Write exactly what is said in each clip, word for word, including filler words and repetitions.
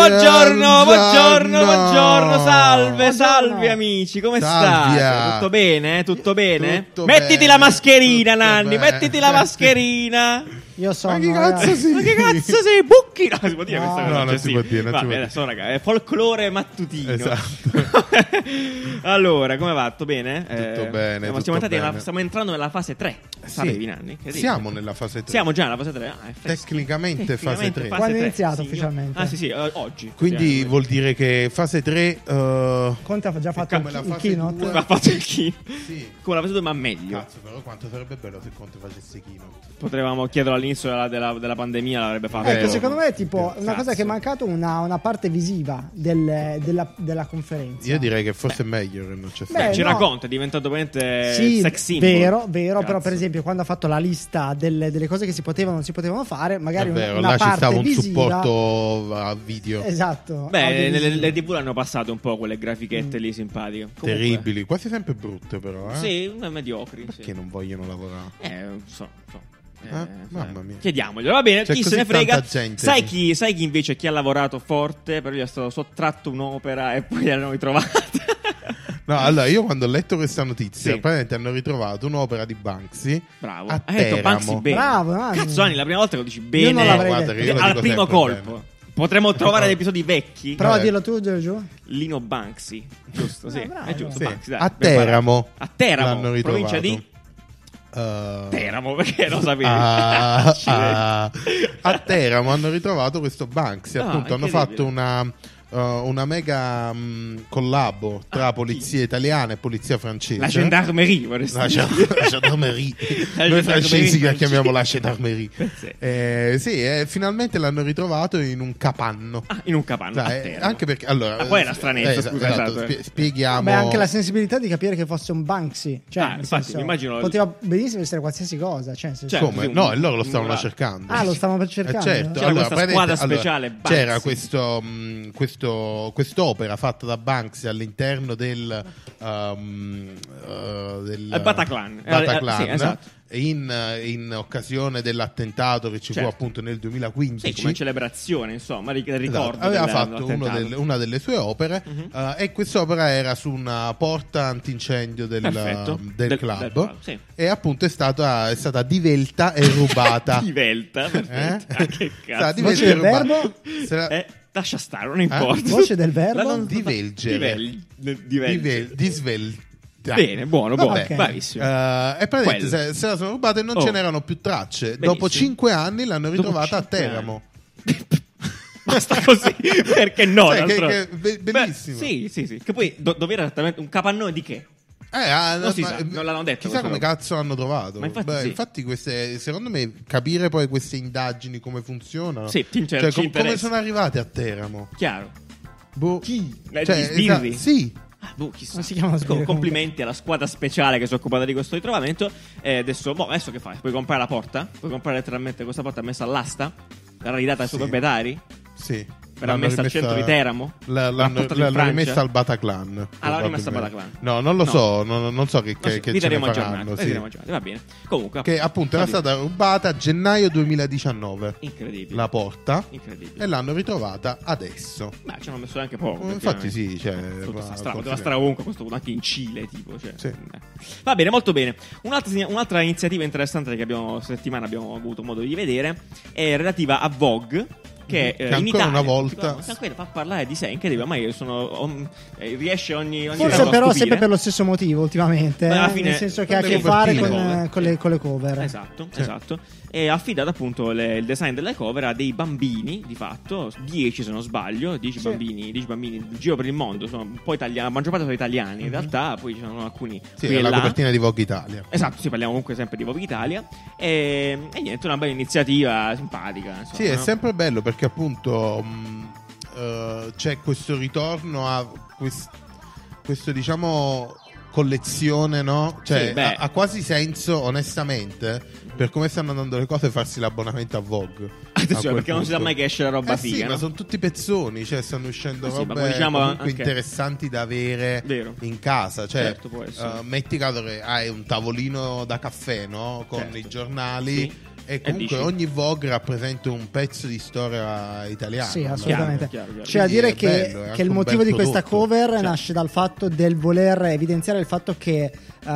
buongiorno, buongiorno, buongiorno, salve, salve amici, come state? Tutto bene? Tutto bene? Tutto mettiti bene, la mascherina, tutto Nanni, bene. mettiti la mascherina. Io sono. Ma che cazzo sei? Ma che cazzo sei? Bucchi? No, si può dire No, questa cosa? no, non Cioè, si sì. può dire, non Vabbè, si può dire. adesso, raga, è folklore mattutino. Esatto. Allora, come va? Tutto bene? Tutto bene, Stiamo, tutto stiamo, entrati nella- bene. stiamo entrando nella fase tre. Sapevi, Nanni? Che dici? Siamo nella fase tre. Siamo già nella fase tre. Ah, è fresco. Tecnicamente fase tre. Quando è tre. iniziato Sì, ufficialmente? Ah, sì, sì, eh, oggi. Quindi Sì, vuol dire che fase tre uh, Conte ha già fatto come il, la il fase keynote. due. ha fatto il key. sì. Come la fase due, ma meglio. Cazzo, però quanto sarebbe bello se Conte facesse keynote. Potevamo chiederlo all'inizio della, della, della pandemia, l'avrebbe fatto. Ecco, Vero. secondo me è tipo una cosa Cazzo. che è mancato una, una parte visiva del- della, della conferenza. Io direi che forse è meglio che non c'è Beh, stato. C'era no. Conte, è diventato veramente Sì, sex symbol. vero, vero, però Cazzo. per esempio quando ha fatto la lista delle, delle cose che si potevano o non si potevano fare, magari È una, vero, una là ci parte stava un visiva, supporto a video esatto. Beh, audiovisivo. nelle, le tivù l'hanno passate un po' quelle grafichette lì simpatiche. Comunque, terribili, quasi sempre brutte però, eh? Sì, mediocri. Perché sì. non vogliono lavorare? Eh, non so, non so. Eh, Eh, mamma mia. Chiediamoglielo, va bene, C'è chi se così ne frega. tanta gente Sai che- chi, sai chi invece chi ha lavorato forte, però gli è stato sottratto un'opera e poi l'hanno ritrovata. No, allora io quando ho letto questa notizia, Sì. praticamente hanno ritrovato un'opera di Banksy Bravo. a Hai detto Teramo. Banksy bene. Bravo, Nanni. Cazzo, Anni, la prima volta che lo dici bene. Io non l'avrei guarda detto. che io lo al dico primo sempre colpo. bene. Potremmo trovare degli episodi vecchi. Prova a Vabbè. dirlo tu, Giorgio. Lino Banksy, giusto? Sì, Ah, bravo. è giusto. Sì. Banksy, dai, A ben Teramo parato. A Teramo, l'hanno ritrovato. provincia di Uh, Teramo, perché lo sapevi? a, Accidenti. a, a Teramo hanno ritrovato questo Banksy. Ah, Appunto, hanno incredibile. fatto una, uh, una mega mh, collabo tra Ah, polizia italiana e polizia francese. La gendarmerie, vorresti La, dire. la gendarmerie. La Noi gendarmerie francesi la francese. chiamiamo la gendarmerie. Sì. Eh, sì, eh, finalmente l'hanno ritrovato in un capanno. Ah, in un capanno. Dai, a eh, Teramo. anche perché allora Ah, poi è una eh, stranezza, esatto, scusa, esatto, esatto, spie- eh. spieghiamo. Beh, anche la sensibilità di capire che fosse un Banksy. Cioè, Ah, nel infatti, senso, mi immagino- poteva benissimo essere qualsiasi cosa. Cioè, nel senso- Certo. Come? sì, No, un- e loro lo stavano un- cercando. Ah, lo stavano per Eh, cercare. certo, C'era allora, questa squadra praticamente- speciale allora, Banksy. c'era questo, mh, questo, quest'opera fatta da Banksy all'interno del, um, uh, del Eh, Bataclan. Eh, Bataclan, eh, sì, esatto. in, in occasione dell'attentato che ci Certo. fu appunto nel duemilaquindici. Sì, come celebrazione, insomma, ric- ricordo. Esatto, aveva del- fatto uno dell'attentato. delle- una delle sue opere Mhm. eh, e quest'opera era su una porta antincendio del, Perfetto. del Del- club del club, sì. e appunto è stata, è stata divelta e rubata. Divelta, perfetto. Eh? Ah, che È stata cazzo. divelta Voce e del rubata. verbo? Se la- Eh, lascia stare, non importa. Voce del verbo? La non- Divelgere. Divel- divelgere. Divel- disvelta. Bene, buono, buono, Ok. bravissimo. Eh, e praticamente Quello. se, se la sono rubata e non Oh. ce n'erano più tracce. Benissimo. Dopo cinque anni l'hanno Dopo ritrovata a cinque Teramo. Basta così, perché no? Cioè, che- d'altro- che- be- bellissimo. Beh, sì, sì, sì. Che poi do- dove era esattamente un capannone di che? Eh, ah, Non si ma- sa, non l'hanno detto Chissà questa come roba. cazzo l'hanno trovato. Ma infatti Beh, sì. infatti queste, secondo me, capire poi queste indagini come funzionano. Sì, ti inter- cioè, ci com- come interessa. sono arrivate a Teramo? Chiaro. Boh. Chi? Eh, Cioè, gli sbirri? esa- sì. Ah, boh, chissà. Non si chiamano Co- sbirri, complimenti alla squadra speciale che si è occupata di questo ritrovamento. E adesso, boh, adesso che fai? Puoi comprare la porta? Puoi comprare letteralmente questa porta messa all'asta? L'ha ridata ai Sì. suoi proprietari? Sì. Verrà messa al centro di Teramo? La- L'ha l'hanno portata in l'hanno Francia? rimessa al Bataclan. Ah, l'hanno rimessa al probabilmente. Bataclan. No, non lo No. so. Non, non so che, Non che, so, che vi ce ne daremo aggiornati, faranno. vi Sì. daremo aggiornati, va bene. Comunque, Che appunto era oddio. stata rubata a gennaio duemiladiciannove. Incredibile. La porta. Incredibile. E l'hanno ritrovata adesso. Beh, ci hanno messo anche poco. Eh, infatti effettivamente. sì, cioè, Tutto ma- sta strada, poteva considera- stare ovunque, questo anche in Cile, tipo. Cioè. Sì. Eh. Va bene, molto bene. Un'altra, segna- un'altra iniziativa interessante che abbiamo settimana abbiamo avuto modo di vedere è relativa a Vogue. Che, Che eh, in ancora Italia una volta- ancora fa parlare di sé, incredibile. Ormai io sono om- eh, riesce ogni, ogni Forse tanto a però stupire. sempre per lo stesso motivo ultimamente, Beh, alla eh, fine- nel senso che ha a per che le fare con, copertine. eh, con le, con le cover. Esatto, esatto. E ha affidato appunto le- il design delle cover a dei bambini, di fatto, dieci se non sbaglio, dieci Sì. bambini, dieci bambini in giro per il mondo, sono un po' italiani, la maggior parte sono italiani in realtà, poi ci sono alcuni Sì, qui e è la là. copertina di Vogue Italia. Esatto, sì, parliamo comunque sempre di Vogue Italia. E, e niente, una bella iniziativa simpatica. Insomma, Sì, è no? sempre bello perché appunto mh, eh, c'è questo ritorno a quest- questo diciamo collezione, no? Cioè Sì, beh. ha, ha quasi senso onestamente per come stanno andando le cose farsi l'abbonamento a Vogue. A Attenzione, quel perché non si sa punto. mai che esce la roba Eh figa, sì, no? ma sono tutti pezzoni, cioè stanno uscendo Eh sì, ma robe come diciamo comunque anche- interessanti da avere Vero. in casa. Cioè, Certo, può essere. eh, metti caso che hai un tavolino da caffè, no? Con Certo. i giornali. Sì. E comunque dici? ogni Vogue rappresenta un pezzo di storia italiana. Sì, no? assolutamente. Chiaro, chiaro, chiaro. C'è da Quindi dire è che, bello, è anche che il un motivo bel di questa prodotto. cover Cioè. nasce dal fatto del voler evidenziare il fatto che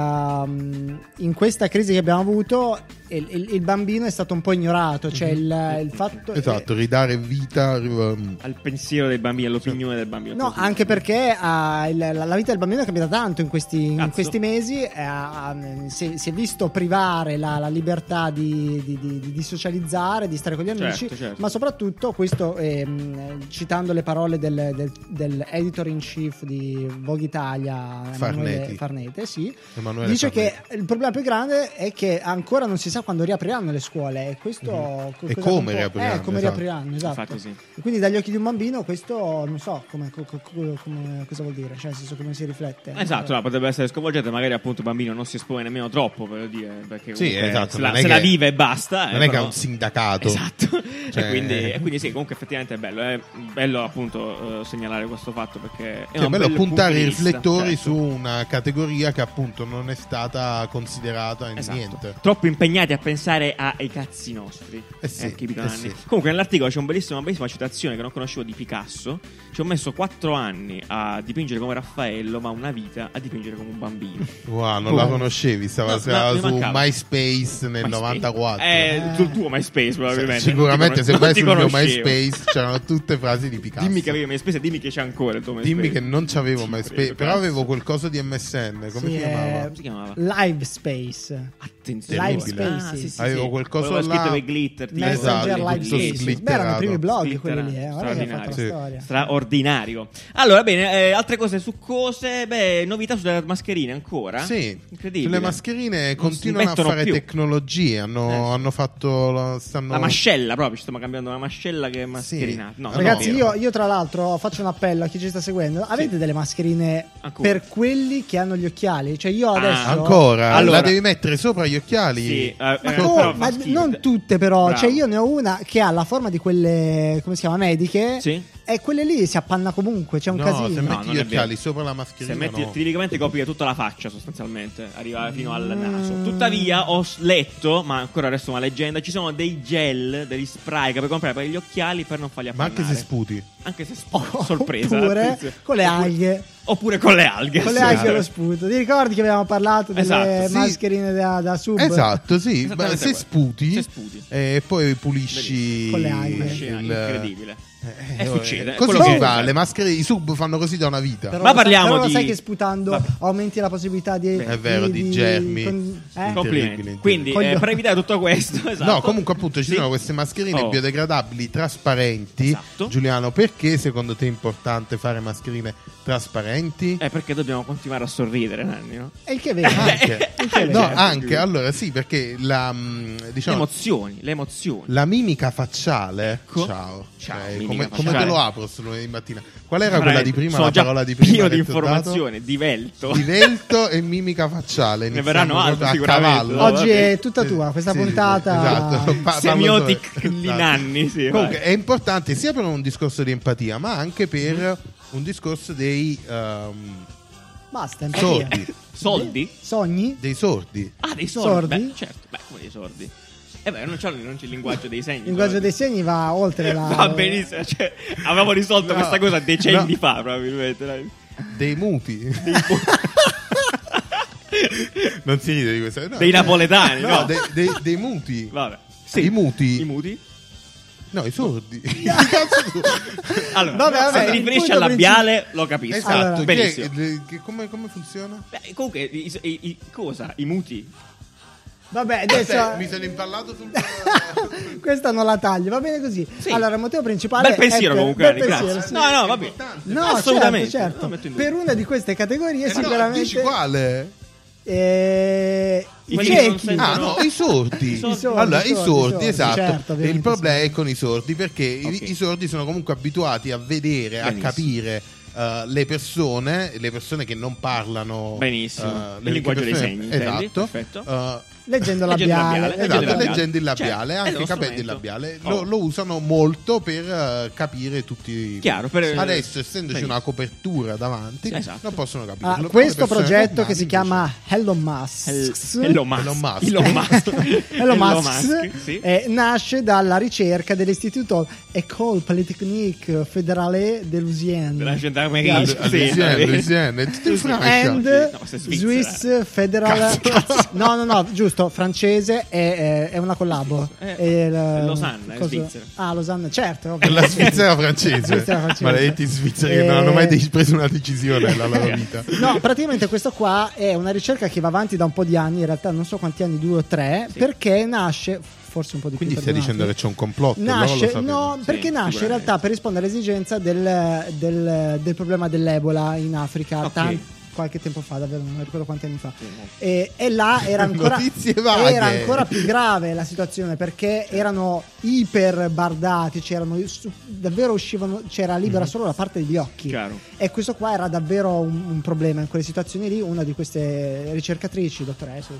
ehm, in questa crisi che abbiamo avuto il, il- il bambino è stato un po' ignorato, cioè il, il fatto Esatto, ridare vita um, Al pensiero del bambino, all'opinione del bambino. No, anche perché ah, il- la, la vita del bambino è cambiata tanto in questi, in Cazzo. questi mesi, eh, ah, si, si è visto privare la, la libertà di, di- di- di socializzare, di stare con gli Certo, amici, certo. ma soprattutto questo, ehm, citando le parole del, del- del editor in chief di Vogue Italia, Emanuele Farneti. Farnete, sì, Emanuele dice Farneti. che il problema più grande è che ancora non si sa quando riapriranno le scuole e questo co- E cosa come un po'- riapriranno, eh, come esatto. riapriranno, esatto. Infatti sì. E quindi dagli occhi di un bambino questo non so come, co- co- co- come- cosa vuol dire, cioè nel senso come si riflette. Esatto, no, potrebbe essere sconvolgente, magari appunto il bambino non si espone nemmeno troppo, per dire, perché Sì, comunque esatto, se, la, non è se che- la vive e basta. non eh, è che però- è un sindacato. Esatto. Cioè- E, quindi, e quindi sì, comunque effettivamente è bello, è bello appunto eh, segnalare questo fatto perché è, Sì, è un bello bel puntare punto i di vista, riflettori certo. su una categoria che appunto non è stata considerata in Esatto. niente. Troppo impegnati a pensare ai cazzi nostri. Eh sì, che i eh Nanni. sì. Comunque nell'articolo c'è un bellissimo, una bellissima citazione che non conoscevo di Picasso. Ci ho messo quattro anni a dipingere come Raffaello, ma una vita a dipingere come un bambino. Wow, non Oh. la conoscevi, stava, No, stava no, mi su mancava. MySpace nel MySpace. novantaquattro. Eh. Eh, sul tuo MySpace probabilmente. Sicuramente se Non vai ti sul mio conoscevo. MySpace c'erano tutte frasi di Picasso. Dimmi che avevi MySpace e dimmi che c'è ancora il tuo MySpace. Dimmi che non c'avevo Ti MySpace, prego, però cazzo. avevo qualcosa di M S N, come Sì, si chiamava? eh, Come si chiamava? Live Space. Attenzione. Live Terribile. Space, Ah, sì. sì, Avevo sì. qualcosa Quello là. scritto per glitter, tipo. Messenger Esatto, Live tutto Space. splitterato. Beh, erano i primi blog quelli lì, eh. Splitterato. Guarda che ha fatto la Sì. storia. Straordinario. Allora, bene, eh, altre cose succose. Beh, novità sulle mascherine ancora. Sì, Incredibile. sulle mascherine Non continuano si a mettono fare più. tecnologie, hanno, Eh. hanno fatto la, stanno... La mascella proprio, ci stiamo cambiando una mascella che è mascherina. No, Ah, non è Ragazzi, vero. io, io tra l'altro faccio un appello a chi ci sta seguendo. Avete delle mascherine Ancora. per quelli che hanno gli occhiali? Cioè io Ah, adesso Ancora? Allora- la devi mettere sopra gli occhiali? Sì, eh, Ma, eh, come? però Ma fa schifo. non tutte però, Bravo. cioè io ne ho una che ha la forma di quelle, come si chiama, mediche, Sì. e quelle lì si appanna comunque, c'è un No, casino. se No, metti non gli è occhiali vero. sopra la Se mascherina metti, no. tipicamente copri tutta la faccia sostanzialmente, arriva fino al naso. Tuttavia ho s- letto, ma ancora resta una leggenda, ci sono dei gel, degli spray che puoi comprare per gli occhiali per non farli Ma appannare. anche se sputi. Anche se sp- sorpresa. Oppure attenzione. con le Oppure- alghe. Oppure con le alghe. Con le sì. alghe allo sputo. Ti ricordi che abbiamo parlato delle Esatto, sì. mascherine da, da sub? Esatto, sì. Esattamente Beh, se quello. sputi, Se sputi. e poi pulisci Con le alghe. Una scena il- incredibile. Eh, E succede, è Così quello si che- fa, le maschere, i sub fanno così da una vita. Però Ma lo sai- parliamo però lo di- sai che sputando Vabbè. aumenti la possibilità di... È vero, di germi. con- eh? Com- Complimenti. Terribile, Quindi, terribile. eh, per evitare tutto questo, esatto. No, comunque appunto ci Sì. sono queste mascherine Oh. biodegradabili trasparenti. Esatto. Giuliano, perché secondo te è importante fare mascherine trasparenti? Eh, perché dobbiamo continuare a sorridere, Nanni, no? E il che vedi? Anche. Il che vedi? No, certo, anche, quindi. allora sì, perché la mh, Le diciamo emozioni, le emozioni. la mimica facciale. Ecco. Ciao. Ciao, Cioè, mimica come, come facciale. te lo apro sul lunedì mattina? Qual era quella di prima? Sono La già parola di prima? pieno che di ti ho dato? informazioni, divelto. Divelto e mimica facciale. Ne Iniziamo verranno altre proprio a sicuramente. cavallo. No, Oggi vabbè. è tutta tua, questa Sì, puntata... esatto. Pa- Semiotic parlo di solo- Nanni, sì, Comunque vai. è importante sia per un discorso di empatia, ma anche per un discorso dei ehm, Basta, empatia. sordi. Soldi? Sogni? Dei sordi. Ah, dei sordi. Sordi? Beh, certo, beh, come dei sordi. Eh beh, non c'è, non c'è il linguaggio dei segni. Il linguaggio dei segni va oltre la... Va benissimo, cioè, avevamo risolto No, questa cosa decenni no. fa, probabilmente. dai. Dei muti. Non si ride di questa. no. Dei napoletani, no? No, dei, dei- dei muti. Vabbè. I muti. I muti? No, i sordi. Che cazzo tu? Allora, Vabbè, vabbè, se ti il riferisci punto al labiale, lo capisco. Esatto. Allora. che- Benissimo. che- che- come, come funziona? Beh, comunque, i, i- i- cosa? I muti? Vabbè, adesso... Aspetta, mi sono impallato sul... Questa non la taglio, va bene così. Sì. Allora, il motivo principale Bel pensiero è per- comunque, bel Nanni, pensiero, grazie. sì. No, no, vabbè. Importante. No, Assolutamente. certo, certo. Non metto in dubbio. Per una di queste categorie Eh no, sicuramente dici quale? eh, i Quelli che non ciechi. sentono. Ah no, i sordi. I sordi, Allora, i i sordi, sordi, i sordi, esatto. certo, E il ovviamente problema è con i sordi perché i- Ok. i sordi sono comunque abituati a vedere, Benissimo. a capire uh, le persone, le persone che non parlano benissimo uh, il linguaggio dei segni, esatto, perfetto. Uh, Leggendo labiale, esatto, labiale. leggendo il labiale, Certo, anche è capendo il uno labiale, strumento. lo, lo usano molto per uh, capire tutti. Chiaro, per- Adesso, essendoci benissimo. una copertura davanti, Sì, esatto. non possono capire. Ah, Però le questo persone progetto normali che si invece- chiama Hello Musk, Hel- Elon Musk. Elon Musk. Elon Musk. Elon Musk, Musk, sì. eh, nasce dalla ricerca dell'istituto École Polytechnique Fédérale de Louisiane Della gendarmeria. Yeah. Sì, Louisiane, sì. Louisiane, è tutto in Sì, sì. Francia. and No, questa è Svizzera. Swiss Federal Cazzo. no no no giusto francese è, è, è una collabo Eh, È la- è Losanna, è cosa- Svizzera. ah Losanna certo È ovvio. la Svizzera francese. Svizzera francese. Maledetti svizzeri che Eh, non hanno mai de- preso una decisione nella loro vita. No, praticamente questo qua è una ricerca che va avanti da un po' di anni, in realtà non so quanti anni, due o tre, Sì. perché nasce, forse un po' di Quindi più. stai perdonate. dicendo che c'è un complotto? loro lo Nasce, sapevano. no, Sì, perché nasce in sicuramente. realtà per rispondere all'esigenza del, del, del problema dell'Ebola in Africa Ok. tan- qualche tempo fa, davvero non ricordo quanti anni fa. Sì, molto. E, e là era ancora, Notizie vaghe. era ancora più grave la situazione perché erano iper bardati, c'erano su- davvero uscivano, c'era libera solo la parte degli occhi. Chiaro. E questo qua era davvero un, un problema in quelle situazioni lì. Una di queste ricercatrici, dottoressa,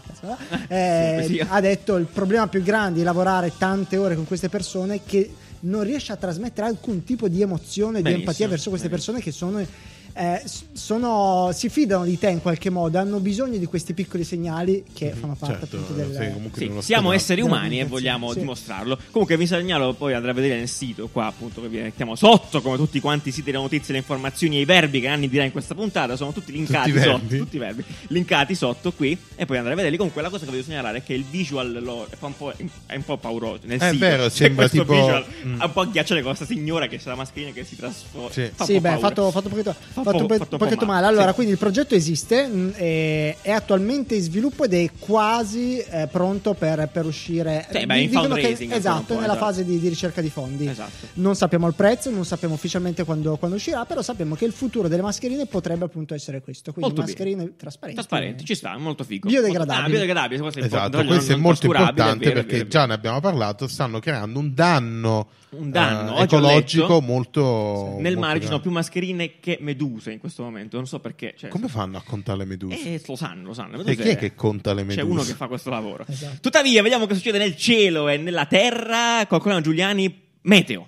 eh, Sì, sì. ha detto il problema più grande di lavorare tante ore con queste persone è che non riesce a trasmettere alcun tipo di emozione, di Benissimo, empatia verso queste benissimo. persone che sono, eh, s- sono si fidano di te in qualche modo, hanno bisogno di questi piccoli segnali che fanno parte Certo, appunto del sei comunque Sì, in uno siamo stato- esseri umani e della vogliamo sì. dimostrarlo. Comunque vi segnalo, poi andrà a vedere nel sito qua appunto che vi mettiamo sotto, come tutti quanti i siti delle notizie, le informazioni e i verbi che Anni dirà in questa puntata sono tutti linkati Tutti i sotto, verbi? tutti i verbi linkati sotto qui e poi andrà a vederli. Comunque la cosa che voglio segnalare è che il visual lo, fa un po', è un po' pauroso nel È sito. vero, C'è sembra questo tipo- visual mm. è un po' agghiacciante con questa signora che c'è la mascherina che si trasforma. Sì. Fa un Sì, po' beh, paura. fatto, fatto un pochetto, Fa un fatto po'- un po', fatto un po' pochetto male, male. Allora, sì. quindi il progetto esiste, mh, è, è attualmente in sviluppo ed è quasi eh, pronto per, per uscire. Sì, beh, Di- in dicono che- fundraising ancora un esatto, po', nella esatto. fase di, di ricerca di fondi. Esatto. Non sappiamo il prezzo, non sappiamo ufficialmente quando, quando uscirà, però sappiamo che il futuro delle mascherine potrebbe appunto essere questo. Quindi Molto mascherine trasparenti. Trasparenti, ci sta, molto figo. Biodegradabili. Ah, biodegradabili, questo è Esatto, importante. questo è Non molto trascurabile, importante è vero, è perché vero, è già vero. ne abbiamo parlato, stanno creando un danno, Un danno. eh, Oggi ho ecologico letto- molto Nel molto mare ci sono grande. più mascherine che meduse in questo momento, non so perché. Cioè, Come fanno a contare le meduse? Eh, lo sanno, lo sanno. le E meduse- chi è che conta le meduse? C'è uno che fa questo lavoro. Esatto. Tuttavia, vediamo cosa succede nel cielo e nella terra. Con Colonna Giuliani, meteo.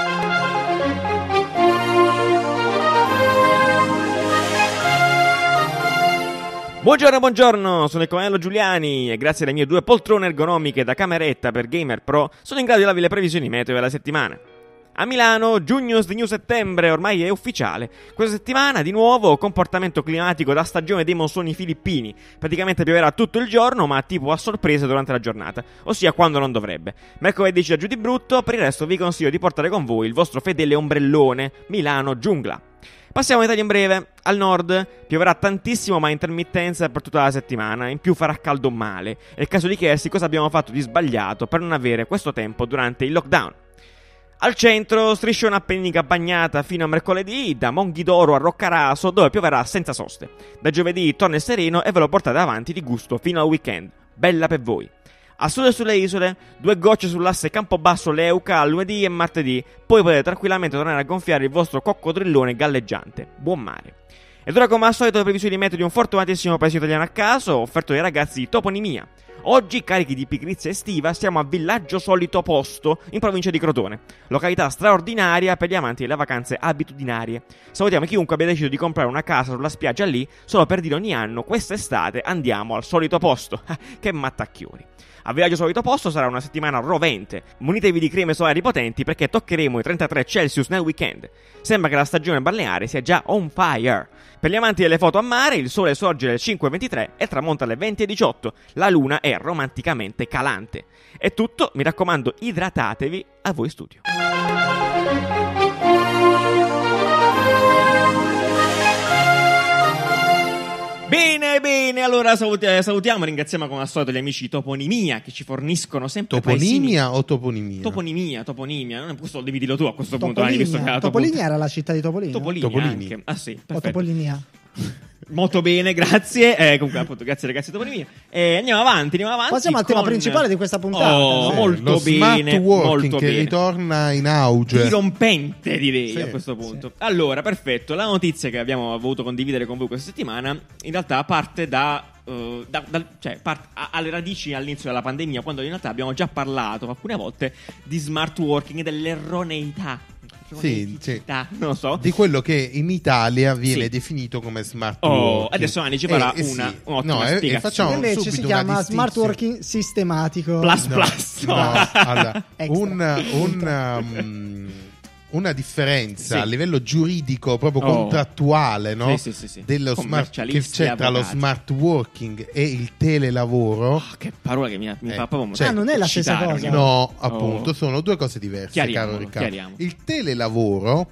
Buongiorno, buongiorno, sono il Comello Giuliani e grazie alle mie due poltrone ergonomiche da cameretta per Gamer Pro sono in grado di darvi le previsioni meteo della settimana. A Milano, Junius di New Settembre ormai è ufficiale. Questa settimana, di nuovo, comportamento climatico da stagione dei monsoni filippini. Praticamente pioverà tutto il giorno, ma tipo a sorpresa durante la giornata, ossia quando non dovrebbe. Mercoledì ci dà giù di brutto, per il resto vi consiglio di portare con voi il vostro fedele ombrellone Milano Giungla. Passiamo in Italia in breve. Al nord pioverà tantissimo ma a intermittenza per tutta la settimana, in più farà caldo male. È il caso di chiedersi cosa abbiamo fatto di sbagliato per non avere questo tempo durante il lockdown. Al centro, striscione appennica bagnata fino a mercoledì, da Monghidoro a Roccaraso, dove pioverà senza soste. Da giovedì torna il sereno e ve lo portate avanti di gusto fino al weekend. Bella per voi. A sud e sulle isole, due gocce sull'asse Campobasso-Leuca lunedì e martedì, poi potete tranquillamente tornare a gonfiare il vostro coccodrillone galleggiante. Buon mare. Ed ora come al solito le previsioni meteo di un fortunatissimo paese italiano a caso, offerto dai ragazzi di Toponimia. Oggi, carichi di pigrizia estiva, siamo a Villaggio Solito Posto, in provincia di Crotone. Località straordinaria per gli amanti delle vacanze abitudinarie. Salutiamo chiunque abbia deciso di comprare una casa sulla spiaggia lì, solo per dire ogni anno, quest'estate andiamo al solito posto. Che mattacchioni. A Villaggio Solito Posto sarà una settimana rovente. Munitevi di creme solari potenti perché toccheremo i trentatré Celsius nel weekend. Sembra che la stagione balneare sia già on fire. Per gli amanti delle foto a mare, il sole sorge alle cinque e ventitré e tramonta alle venti e diciotto. La luna è romanticamente calante. È tutto, mi raccomando, idratatevi. A voi studio. Bene, bene, allora saluti- salutiamo e ringraziamo come al solito gli amici di Toponimia che ci forniscono sempre Toponimia o toponimia? Toponimia, toponimia, non è questo, devi dirlo tu a questo punto, Ani, visto che Topolinia. era Topo- Topolinia era la città di Topolinia. Topolinia Topolini. anche. Ah sì, O perfetto. Topolinia. Molto bene, grazie. Eh, comunque, appunto, grazie ragazzi toponimia. Eh, andiamo avanti, andiamo avanti. Passiamo al tema con... principale di questa puntata. Oh, sì. molto Lo bene, smart working molto che bene. ritorna in auge. Dirompente, direi, Sì, a questo punto. sì. Allora, perfetto. La notizia che abbiamo voluto condividere con voi questa settimana in realtà parte da... Uh, da, da, cioè parte a, alle radici all'inizio della pandemia, quando in realtà abbiamo già parlato alcune volte di smart working e dell'erroneità. Sì, sì. Non lo so. Di quello che in Italia viene Sì. definito come smart Oh, working. adesso Anni ci farà Eh, eh, una- sì. un'ottima no, e- e spiegazione. facciamo Invece subito si una chiama distinzione. smart working sistematico. Plus No, plus. no, allora, Extra. un, un, um, una differenza Sì. a livello giuridico, proprio Oh. contrattuale, no? Sì, sì, sì, sì. Dello smart, che Commercialisti, c'è tra lo avvocati. smart working e il telelavoro. Oh, che parola che mi, mi Eh, fa proprio cioè- Ah, non è la stessa eccitare cosa. ogni No, volta. appunto, Oh. sono due cose diverse, Chiariamolo, caro Riccardo. chiariamo. Il telelavoro,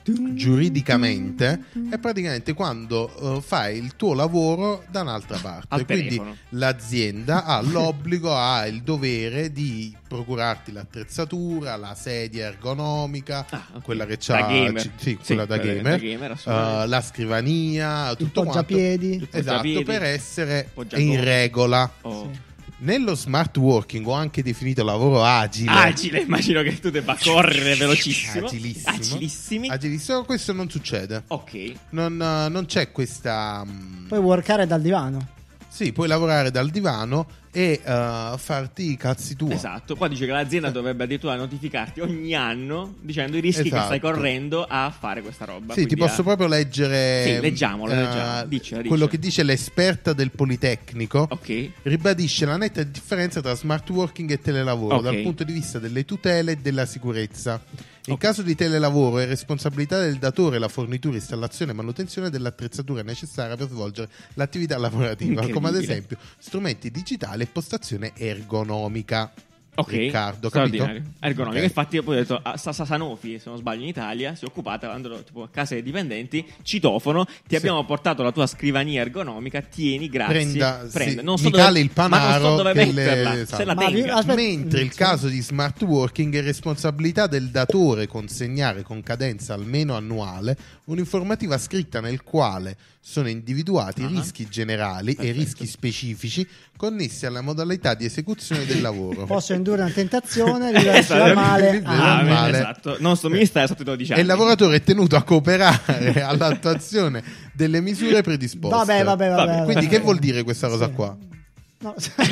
giuridicamente, è praticamente quando uh, fai il tuo lavoro da un'altra parte. Al Quindi telefono. l'azienda ha l'obbligo, ha il dovere di procurarti l'attrezzatura, la sedia ergonomica, Ah, ok. quella che Da c'ha gamer. c- sì, Sì, quella da quella gamer, da gamer, assolutamente. uh, la scrivania, Il tutto quanto. poggiapiedi. Il Esatto, poggiapiedi, per essere poggiatori. in regola. Oh. Sì. Nello smart working, o anche definito lavoro agile, Agile, immagino che tu debba correre velocissimo. agilissimo, Agilissimi. agilissimo, questo non succede. Ok. Non, eh, non c'è questa. mm, Puoi workare dal divano. Sì, puoi lavorare dal divano e eh, farti i cazzi tuoi. Esatto, qua dice che l'azienda dovrebbe addirittura notificarti ogni anno dicendo i rischi che Esatto. stai correndo a fare questa roba. Sì, ti Quindi posso a- proprio leggere. Sì, leggiamolo, eh, leggiamo. Diccela, quello diccela. che dice l'esperta del Politecnico. Ok. Ribadisce la netta differenza tra smart working e telelavoro Ok. dal punto di vista delle tutele e della sicurezza. In Ok. caso di telelavoro è responsabilità del datore la fornitura, installazione e manutenzione dell'attrezzatura necessaria per svolgere l'attività lavorativa, come ad Incredibile. esempio strumenti digitali e postazione ergonomica. Ok, Riccardo, capito? straordinario. Ergonomico. Ok. Infatti, io poi ho detto a Sa- Sa- Sanofi, se non sbaglio, in Italia si è occupata quando tipo a case dipendenti. Citofono, ti Sì. abbiamo portato la tua scrivania ergonomica. Tieni, grazie. Prenda, Prenda. sì, Non so mi dove, cale il ma non so panaro dove che metterla. le- Se la Ma vi- tenga. aspetta- Mentre il Sì. caso di smart working è responsabilità del datore consegnare con cadenza almeno annuale un'informativa scritta nel quale sono individuati Ah. rischi generali e Perfetto. rischi specifici connessi alla modalità di esecuzione del lavoro. Posso indurre una tentazione di versi Esatto. male. Ah, Ah, bene, bene, male. esatto. Non sto ministro è sotto i dodici anni. E il lavoratore è tenuto a cooperare all'attuazione delle misure predisposte. Vabbè, vabbè, vabbè. Vabbè, Quindi vabbè. che vuol dire questa cosa Sì. qua? No.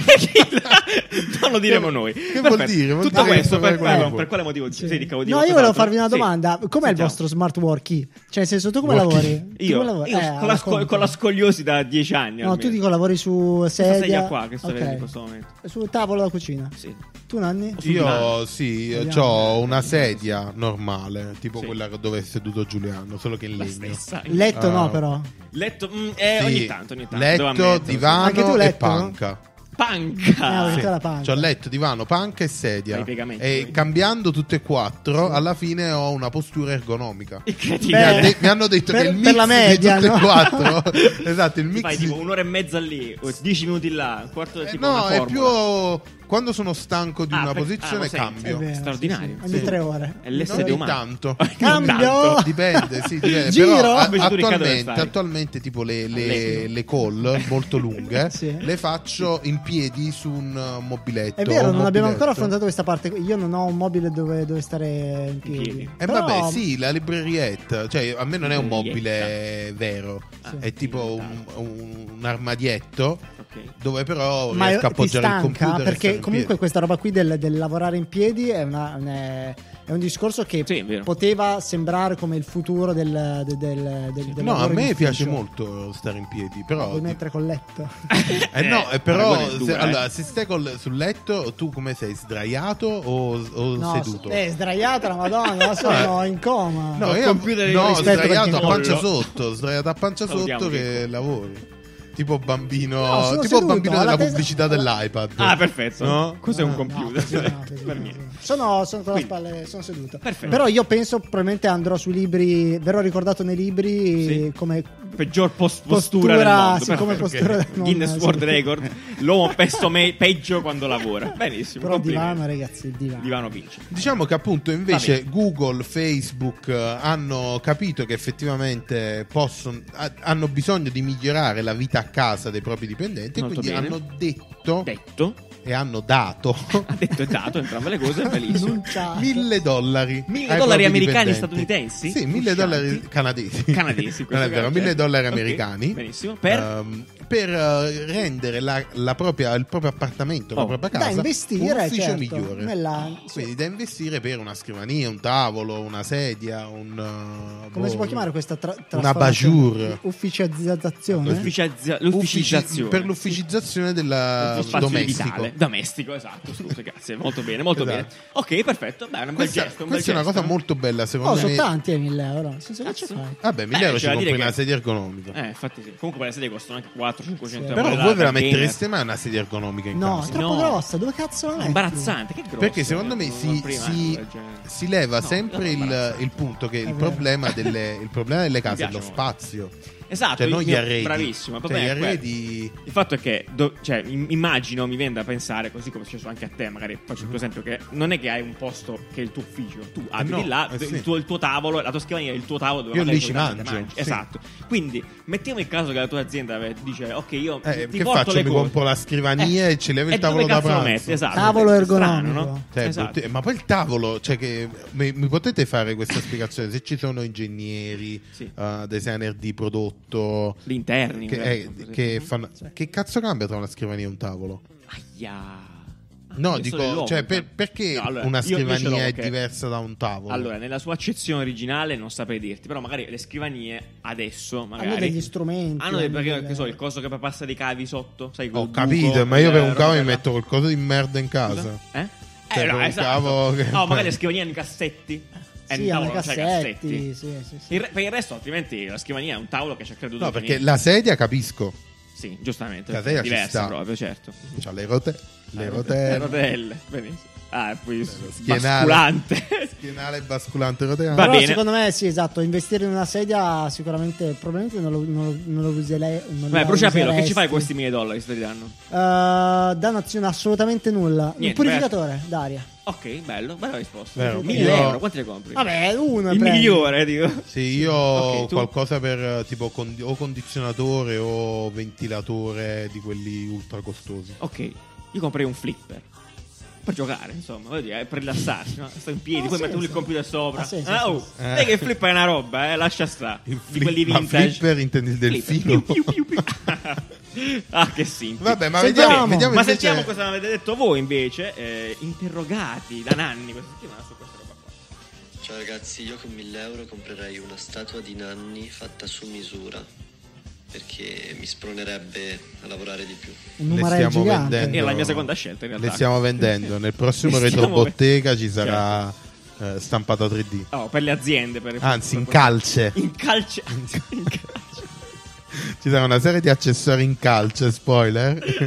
Non lo diremo noi. Che vuol Perfetto. dire? Vuol Tutto dire questo che per, fai quello- quello. per quale motivo? Sì. Sì, dico- No, dico io volevo cos'altro? farvi una Sì. domanda. Com'è il Sentiamo. vostro smart working? Cioè, nel senso, tu come Working. lavori? Tu Io, come lavori? io Eh, con, la racconta. sco- con la scogliosi da dieci anni. No, almeno. tu dico lavori su Questa sedia. sedia qua che sto Ok. vedendo in questo momento. Sul tavolo da cucina. Sì. Tu, Nanni? Sul divano. Io sì, Vediamo. ho una sedia normale, tipo Sì. quella dove è seduto Giuliano, solo che in La legno. stessa. Letto Ah. no, però. Letto, mm, eh, Sì, ogni tanto, ogni tanto. devo letto, ammetterlo, sì. divano Anche tu e letto? panca. Panca. Ah, Sì. te la panca. C'ho letto, divano, panca e sedia. Fai i piegamenti, E poi. cambiando tutte e quattro, alla fine ho una postura ergonomica. Mi, Incredibile. Beh, ha de- mi hanno detto per- che il per mix la media, di tutte no? e quattro, esatto, il Ti mix fai di- tipo un'ora e mezza lì, o dieci minuti là, un quarto Eh, tipo no, una è formula. più quando sono stanco di Ah, una per- posizione ah, lo senti. cambio. È vero, Straordinario. sì, sì. Ogni Sì. tre ore. È l'essere Ogni umano. tanto. Ogni Cambio! tanto. Dipende, sì, dipende. Giro! Però a- Invece tu, Riccardo, dove attualmente, stai? attualmente tipo le, le, All'estero. le call molto lunghe Sì. le faccio in piedi su un uh, mobiletto. È vero, un non abbiamo mobiletto. ancora affrontato questa parte. Io non ho un mobile dove, dove stare in piedi. piedi. E Però- vabbè, sì, la librerietta, cioè a me non è un mobile vero, Ah, è tipo un, un- un armadietto Ok. dove però Ma riesco a ti appoggiare il stanca? computer e stare Perché in comunque piedi. questa roba qui del, del lavorare in piedi è, una- un- è- è un discorso che Sì, è vero. poteva sembrare come il futuro del, del, del, del, del No, a lavoro in me ufficio. piace molto stare in piedi, però Puoi mettere col letto. Eh no, eh, però paragone se, dura, eh. allora, se stai col- sul letto, tu come sei? Sdraiato o, o No, seduto? eh, sdraiata la madonna, sono in coma. No, Col io computer no, rispetto sdraiato perché a pancia collo. sotto, sdraiato a pancia Salutiamo sotto che Checco. lavori. tipo bambino, No, sono tipo seduto, bambino alla della tesa- pubblicità dell'iPad. Ah, perfetto. No? Cos'è Ah, un no, computer? così no, così Per no, niente. così no. Sono, sono con le Quindi- spalle, sono seduto. Perfetto. Però io penso probabilmente andrò sui libri, verrò ricordato nei libri Sì. come Peggior pos- postura, postura, del mondo. sì, come perfetto. postura del mondo. Guinness sì. World Record. L'uomo pesto me- peggio quando lavora. Benissimo. Però il complimenti. divano, ragazzi, il divano. Divano vince. Diciamo che appunto invece Google, Facebook eh, hanno capito che effettivamente possono, ha- hanno bisogno di migliorare la vita a casa dei propri dipendenti Molto e quindi bene. hanno detto Detto. e hanno dato Ha detto e dato entrambe le cose. Bellissimo. Annunciato. mille dollari Mille ai dollari propri americani dipendenti. statunitensi? Sì, mille Uscianti? dollari canadesi. Canadesi, in questo Non è vero, caso, mille certo. dollari Ok, americani. benissimo. Per? ehm, per eh, rendere la, la propria, il proprio appartamento, Oh. la propria Da casa investire, un ufficio certo, migliore. nella- sì. Quindi da investire per una scrivania, un tavolo, una sedia, un eh, Come boh, si può chiamare questa tra- una trasformazione? bajour. Ufficializzazione? L'ufficizza- Uffici- l'ufficizzazione. per l'ufficizzazione della Lo spazio domestico. vitale. Domestico, esatto. Scusa, grazie. Molto bene, molto Esatto. bene. Ok, perfetto. Beh, è un bel Questa, gesto. Un bel questa è una gesto, cosa no? molto bella, Oh, secondo sono me. tanti eh, mille euro. Nel senso che ci Cazzo. fai? Vabbè, mille Beh, euro ci c'è da compri dire una che- sedia ergonomica. Eh, infatti sì. Comunque quelle sedie costano anche quattro cinquecento Sì. euro. Però da- voi ve la da gamer. mettereste mai una sedia ergonomica in No, casa? è troppo No. grossa. Dove cazzo la È metti? imbarazzante, che grosso. Perché secondo me eh, si, prima, si- del genere. si leva No, sempre no, il, imbarazzante. il punto che il vero. problema, delle, il problema delle case è piace lo molto. spazio. Esatto, Cioè, non il gli mio- arredi. Bravissimo. il Cioè, problema gli è quello. arredi. Il fatto è che, do- cioè, im- immagino, mi viene da pensare, così come è successo anche a te, magari faccio il tuo esempio, che non è che hai un posto che è il tuo ufficio, tu abiti no, là, eh sì. il, tuo, il tuo tavolo, la tua scrivania è il tuo tavolo dove Io magari lì ci solitamente mangio, mangi. sì. Esatto. Quindi, mettiamo il caso che la tua azienda dice, ok, io Eh, ti che porto faccio? le Mi cose. compro la scrivania e ci levo il E tavolo dove da cazzo lo pranzo. metti? Esatto. Tavolo È ergonomico. strano, no? Cioè, Esatto. brutti- ma poi il tavolo, cioè che mi, mi potete fare questa spiegazione? Se ci sono ingegneri, Sì. eh, designer di prodotto, Gli interni. che, magari, eh, così. che fanno, che cazzo cambia tra una scrivania e un tavolo? Aia. No, Questo dico, dell'uomo, cioè, per- cioè. perché No, allora, una io- io ce l'ho scrivania è che- diversa da un tavolo? Allora, nella sua accezione originale non saprei dirti, però magari le scrivanie adesso magari Hanno degli strumenti. hanno dei- hanno perché, delle- che so, il coso che poi passa dei cavi sotto, sai, col Ho buco, capito, ma io per un eh, cavo mi roba- metto qualcosa di merda in casa. Scusa? Eh? Cioè, eh, per no, un esatto. cavo che- No, magari le scrivanie hanno i cassetti. E Sì, il hanno tavolo i non c'ha i cassetti. Sì, sì, sì. Il re- per il resto, altrimenti, la scrivania è un tavolo che ci ha creduto. No, perché infinito. la sedia capisco. Sì, giustamente. la sedia è ci diversa sta. proprio, certo. C'ha le, rote- le Le rotelle. rotelle. Benissimo. Ah, e poi schienale. basculante. Schienale basculante roteale. Va Però bene. secondo me sì, esatto, investire in una sedia sicuramente probabilmente non lo, non lo, non lo userei. Non Beh, la bruciapelo, che ci useresti. fai con questi mille dollari? Sti danno? Uh, danno assolutamente nulla. Un Niente, purificatore d'aria. Ok, bello, bella risposta. Vero, mille io- euro, quanti ne compri? Vabbè, uno il prendi. migliore, dico. Sì, io Ok, ho tu? qualcosa per eh, tipo condi- o condizionatore o ventilatore di quelli ultra costosi. Ok, io comprei un flipper. Per giocare, insomma, voglio dire, per rilassarsi, no? Sto in piedi, Ah, poi sì, metto il sì. computer sopra. Ah, sì, sì, Ah, sì, oh, sì. sai che il flipper è una roba, eh, lascia stare. Il Di quelli flip- ma vintage. flipper intendi il delfino? Flipper, piu, piu, piu, piu. Ah, che semplice. Vabbè, ma Sentiamo. vediamo, vediamo Ma invece- sentiamo cosa avete detto voi invece, eh, interrogati da Nanni questa settimana su questa roba qua. Ciao ragazzi, io con mille euro comprerei una statua di Nanni fatta su misura perché mi spronerebbe a lavorare di più. Un Le numarello stiamo gigante. vendendo. Era la mia seconda scelta in realtà. Le stiamo vendendo. Nel prossimo Le stiamo retrobottega ci sarà eh, stampata tre D. Oh, per le aziende, per Anzi, in per- calce. In calce. In calce. Ci sarà una serie di accessori in calce, spoiler.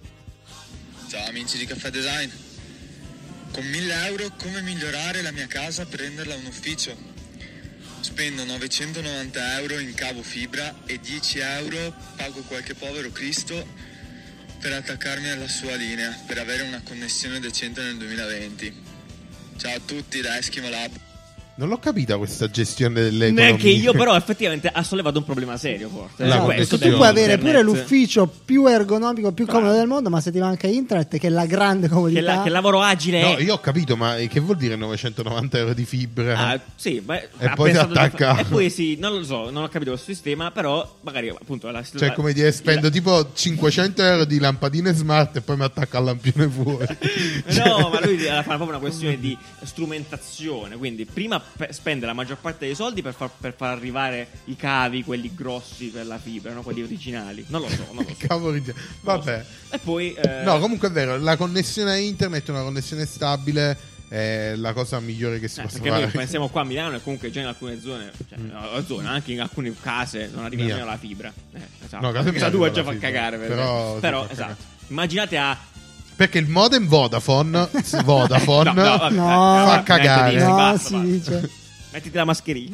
Ciao amici di Caffè Design. Con mille euro come migliorare la mia casa per renderla un ufficio? Spendo novecentonovanta euro in cavo fibra e dieci euro pago qualche povero Cristo per attaccarmi alla sua linea per avere una connessione decente nel duemilaventi. Ciao a tutti da Eskimo Lab. Non l'ho capita questa gestione dell'economia. Neanche io, però effettivamente ha sollevato un problema serio, forse. La Eh, Esatto, questo tu connessione. puoi del avere pure internet. l'ufficio più ergonomico, più Bravo. comodo del mondo, ma se ti manca internet, che è la grande Che, comodità. la- che lavoro agile No, è. io ho capito, ma che vuol dire novecentonovanta euro di fibra? Ah, sì, beh, E ha poi si pensato di attacca. fa- E poi sì, non lo so, non ho capito questo sistema, però magari appunto la Cioè, come dire, spendo tipo cinquecento euro di lampadine smart e poi mi attacca al lampione fuori. No, ma lui fa proprio una questione di strumentazione. Quindi, prima pe- spende la maggior parte dei soldi per far, per far arrivare i cavi, quelli grossi per la fibra, no? Quelli originali. Non lo so, non lo so. Cavolo, Non lo vabbè. so. E poi. eh, No, comunque è vero, la connessione a internet è una connessione stabile è la cosa migliore che si Eh, possa perché fare. noi pensiamo qua a Milano e comunque già in alcune zone, cioè, no, zone, anche in alcune case non arriva Mia. nemmeno la fibra. Eh, esatto. No, casa mia Casa tua arriva già la fa fibra, cagare. per però esempio. si Però fa esatto. Immaginate a Perché il modem Vodafone, Vodafone No, no, vabbè, No. dai, fa dai, cagare. mettiti, No, basta, si basta. dice. Mettiti la mascherina.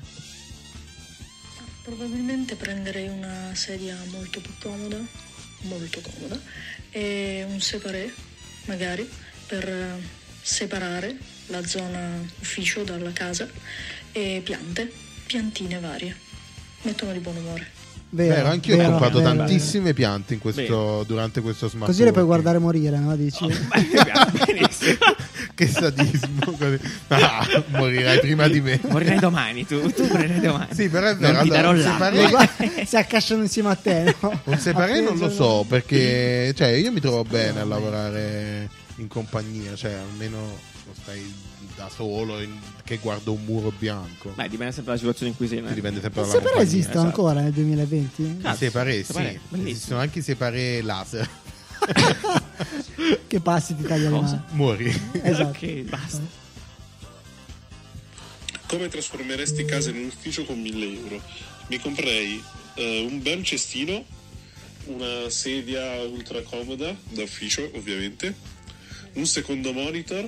Probabilmente prenderei una sedia molto più comoda, molto comoda, e un separé, magari, per eh, separare la zona ufficio dalla casa, e piante, piantine varie. Mettono di buon umore. Vero, Vero, anch'io vero, ho comprato vero. tantissime piante in questo, Vero. durante questo smart Così le puoi working. guardare morire, no? Dici? Benissimo. Che sadismo. così. Ah, morirai prima di me. Morirai domani, tu, tu morirai domani. Sì, però è vero. Non ti darò allora, un l'acqua. Le separé, guardi- si accasciano insieme a te, no? un separé non lo Appena- so, perché cioè, io mi trovo bene a lavorare in compagnia, cioè almeno non stai da solo in- che guardo un muro bianco. Beh, dipende sempre dalla situazione in cui sei. Ti dipende sempre Ma dalla separé compagnia. esistono esatto. ancora nel duemilaventi? I Cazzo, separé, sì. separé, bellissimo. Esistono anche i separé laser. Che passi ti taglia le Cosa? mani. Muori. Esatto. Ok, basta. Come trasformeresti casa in un ufficio con mille euro? Mi comprerei eh, un bel cestino, una sedia ultra comoda da ufficio ovviamente, un secondo monitor,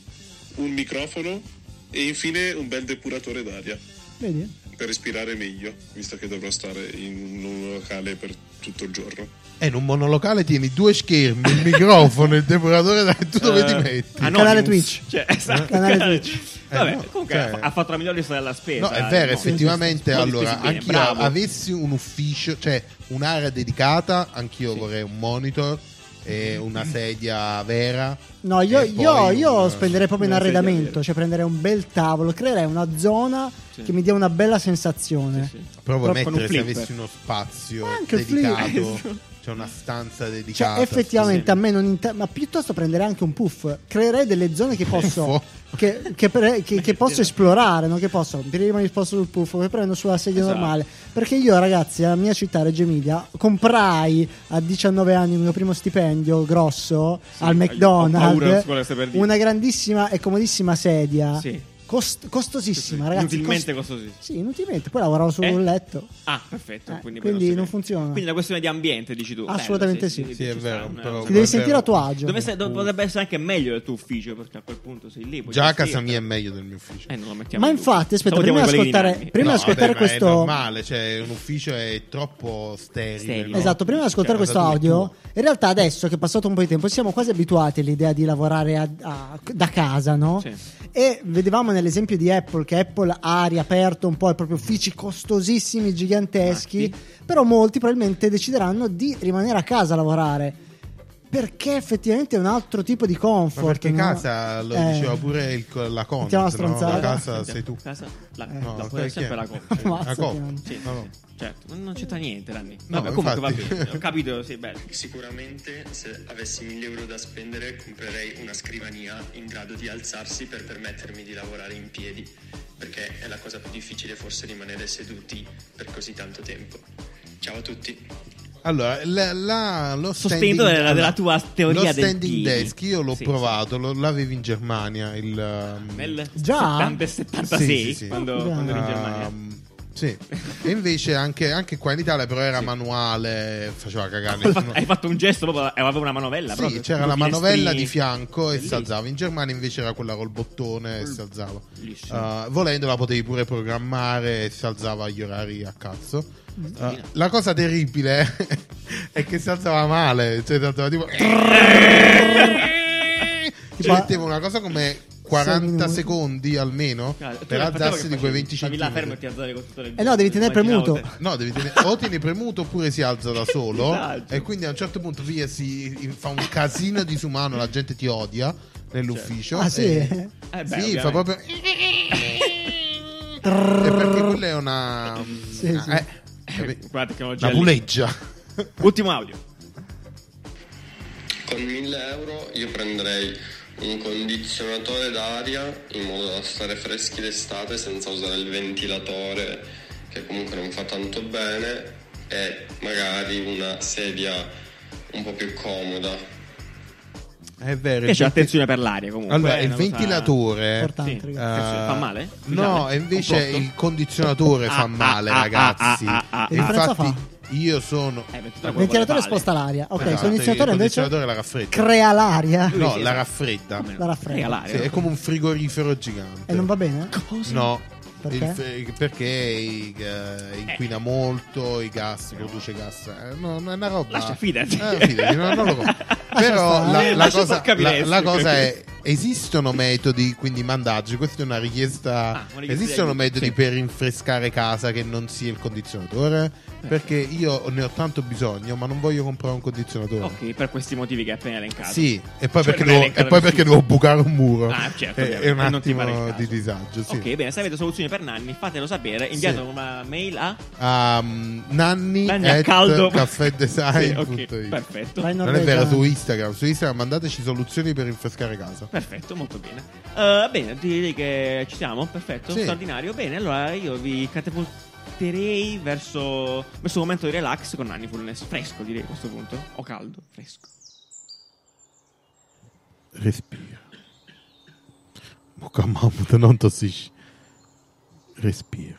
un microfono e infine un bel depuratore d'aria Vedi? per respirare meglio, visto che dovrò stare in un locale per tutto il giorno. E in un monolocale tieni due schermi, il microfono, il depuratore da tu dove ti Eh, metti? Anonymous. Canale Twitch. Cioè, esatto, Canale canale Twitch. Vabbè, Eh, no, comunque cioè- ha fatto la migliore lista della spesa. No, è vero, eh, effettivamente. Sì, sì, sì. Allora, Molto bene, anch'io bravo. avessi un ufficio, cioè un'area dedicata, anch'io Sì. vorrei un monitor e una sedia vera. No, io, E io, poi io un- spenderei proprio in una sedia arredamento, vera. cioè prenderei un bel tavolo, creerei una zona Sì. che mi dia una bella sensazione. Sì, sì. Però vuoi Però con mettere un se flipper. avessi uno spazio Anche il dedicato, flipper. c'è una stanza Cioè, dedicata. effettivamente sì. a me non inter- ma piuttosto prenderei anche un puff, creerei delle zone che posso Puffo. che, che, pre- che- che posso esplorare, non che posso prima mi sposto sul puff, poi prendo sulla sedia Esatto. normale, perché io ragazzi alla mia città Reggio Emilia comprai a diciannove anni il mio primo stipendio grosso al ho paura McDonald's, su quello che stai per dire. una grandissima e comodissima sedia. Sì. Cost- costosissima, Sì, ragazzi. inutilmente cost- costosissimo. Sì, inutilmente. Poi lavoravo su Eh? un letto. Ah, perfetto. Eh, quindi, quindi poi non si- funziona. Quindi è una questione di ambiente, dici tu. Assolutamente Bello, sì. Sì, è ci vero, sta, però- eh, Ti devi è sentire vero. a tuo agio. Dove sei- dove potrebbe essere anche meglio del tuo ufficio, perché a quel punto sei lì. puoi Già a gestire. casa mia è meglio del mio ufficio. Eh, non lo mettiamo Ma in dubbio. infatti, aspetta, Salutiamo prima di i colleghi ascoltare, dinamici. prima di No, ascoltare vabbè, ma questo. è normale, cioè un ufficio è troppo sterile. Sterile. no? Esatto, prima di ascoltare Cioè, questo casa tua è audio, in realtà adesso che è passato un po' di tempo siamo quasi abituati all'idea di lavorare a- a- da casa, no? Sì. E vedevamo nell'esempio di Apple che Apple ha riaperto un po' i propri uffici costosissimi, giganteschi, però molti probabilmente decideranno di rimanere a casa a lavorare. Perché effettivamente è un altro tipo di Ma comfort. perché no? casa lo Eh. diceva pure il, la Conte, Mettiamo la no? stronzata. La casa Senti, sei tu. Casa, la, No, la sai puoi chi sempre è? la coppia. Ammazza, La Coppa. Piano. Sì, No, no. certo, non non c'entra niente, Ranni. No, Vabbè, comunque va infatti. bene. Ho capito, sì, bello. Sicuramente se avessi mille euro da spendere comprerei una scrivania in grado di alzarsi per permettermi di lavorare in piedi, perché è la cosa più difficile forse rimanere seduti per così tanto tempo. Ciao a tutti. Allora, la, la- lo Sostenendo standing- della- della tua teoria lo del standing piedi. desk io l'ho Sì, provato, lo- l'avevi in Germania il um, Nel Già? settanta e settantasei, Sì, sì, sì. Quando, Già. quando eri in Germania. um, sì. E invece anche, anche qua in Italia però era manuale, faceva cagare Hai nessuno- fatto, hai fatto un gesto proprio, aveva una manovella Sì, proprio, c'era tipo la manovella finestrini. di fianco e si Bellissimo. alzava. In Germania invece era quella col bottone e si alzava. Bellissimo. Uh, volendo la potevi pure programmare e si alzava agli orari a cazzo. Mm. Uh, la cosa terribile è che si alzava male, cioè si alzava tipo ci metteva una cosa come quaranta minuti. secondi almeno Guarda, tu per nel frattempo alzarsi che di quei facevi? venti Stavi là fermo e centimetri. ti alzavi con tutte le Eh no, devi tenere premuto. Immaginavo te. No, devi tenere, o tieni premuto oppure si alza da solo. Esatto. E quindi a un certo punto via si fa un casino disumano, la gente ti odia nell'ufficio. Ah, sì? E- Eh beh, sì, ovviamente. fa proprio. E perché quella è una. Sì, sì. eh, Quella tecnologia una lì. puleggia. Ultimo audio. Con mille euro io prenderei un condizionatore d'aria in modo da stare freschi d'estate senza usare il ventilatore che comunque non fa tanto bene, e magari una sedia un po' più comoda. È vero. Che c'è venti... attenzione per l'aria comunque. Allora, eh, il una cosa- ventilatore... Importante, Sì. ragazzi. eh, Fa male? No, e invece Complotto? il condizionatore Ah, fa ah, male, ah, ragazzi. ah, ah, ah, Che differenza Infatti, fa? io sono. Eh, ventilatore Il ventilatore vuole sposta l'aria. Ok, Esatto, il condizionatore il invece condizionatore la raffredda. crea l'aria Lui No, sì, la esatto. raffredda. Come no? La raffredda. Crea l'aria. Sì, è come un frigorifero gigante. e non va bene? Cosa? No. Perché? Il fre- perché i- eh, inquina molto, i gas, produce gas. Eh, no, non è una roba. Lascia, fidati. Eh, fidati, no, non lo compro. Però stare. la, la Lascia cosa, far capire la, la adesso. cosa è: esistono metodi, quindi mandaggi. Questa è una richiesta. Ah, una richiesta esistono di aiuto, metodi sì. per rinfrescare casa che non sia il condizionatore? Perché io ne ho tanto bisogno, ma non voglio comprare un condizionatore. Ok, per questi motivi che hai appena elencato. Sì, e poi, Cioè, perché, non hai devo, elencato e poi nessuno. perché devo bucare un muro. Ah, certo, è, ovviamente, è un e non ti pare il attimo caso. di disagio. Sì. Ok, bene, se avete soluzioni per Nanni, fatelo sapere. Inviate Sì. una mail a Um, Nanni, Nanni a at caldo. caffedesign Sì, punto ok, it. perfetto. Vai in Non è Norvegia. vero, su Instagram. Su Instagram mandateci soluzioni per rinfrescare casa. Perfetto, molto bene. Uh, bene, direi che ci siamo. Perfetto, Sì. straordinario. Bene, allora io vi catapulterei verso verso un momento di relax con Nanni Fullness. Fresco, direi a questo punto. O caldo, fresco. Respira. Mucca mammut, non tossisci. Respira.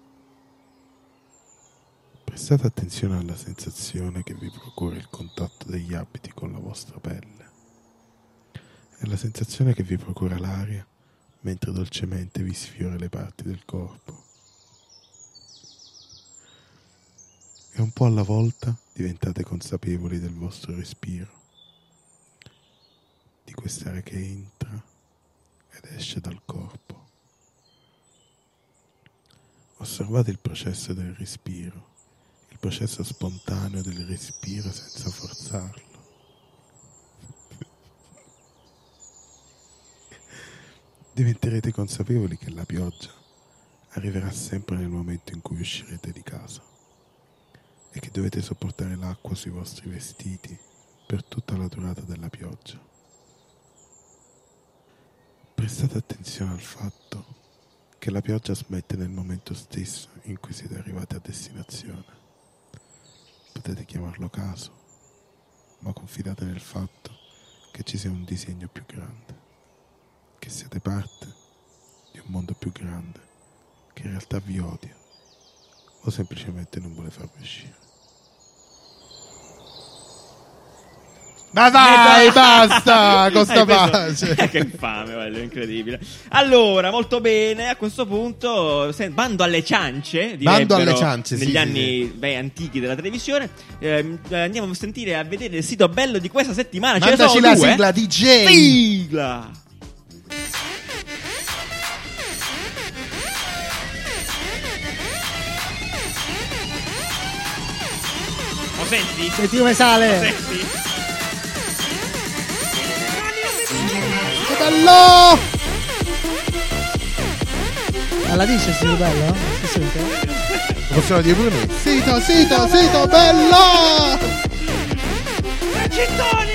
Prestate attenzione alla sensazione che vi procura il contatto degli abiti con la vostra pelle e alla sensazione che vi procura l'aria mentre dolcemente vi sfiora le parti del corpo. E un po' alla volta diventate consapevoli del vostro respiro, di quest'aria che entra ed esce dal corpo. Osservate il processo del respiro, il processo spontaneo del respiro senza forzarlo. Diventerete consapevoli che la pioggia arriverà sempre nel momento in cui uscirete di casa e che dovete sopportare l'acqua sui vostri vestiti per tutta la durata della pioggia. Prestate attenzione al fatto che la pioggia smette nel momento stesso in cui siete arrivati a destinazione. Potete chiamarlo caso, ma confidate nel fatto che ci sia un disegno più grande, che siete parte di un mondo più grande che in realtà vi odia o semplicemente non vuole farvi uscire. Ma dai, basta con sta Hai preso- pace. Che infame, guarda, è incredibile. Allora, molto bene, a questo punto se- bando alle ciance, Bando alle direbbero ciance, sì, negli sì, anni beh, antichi della televisione. Ehm, eh, andiamo a sentire a vedere il sito bello di questa settimana. Ce ne Mandaci sono la due. sigla D J. Sigla. Lo senti? Senti come sale. Senti? Che bello! Ma la dice se è bello? Si sente? Lo possiamo dire pure noi. Sito, sito, sito, bello! Cittoni!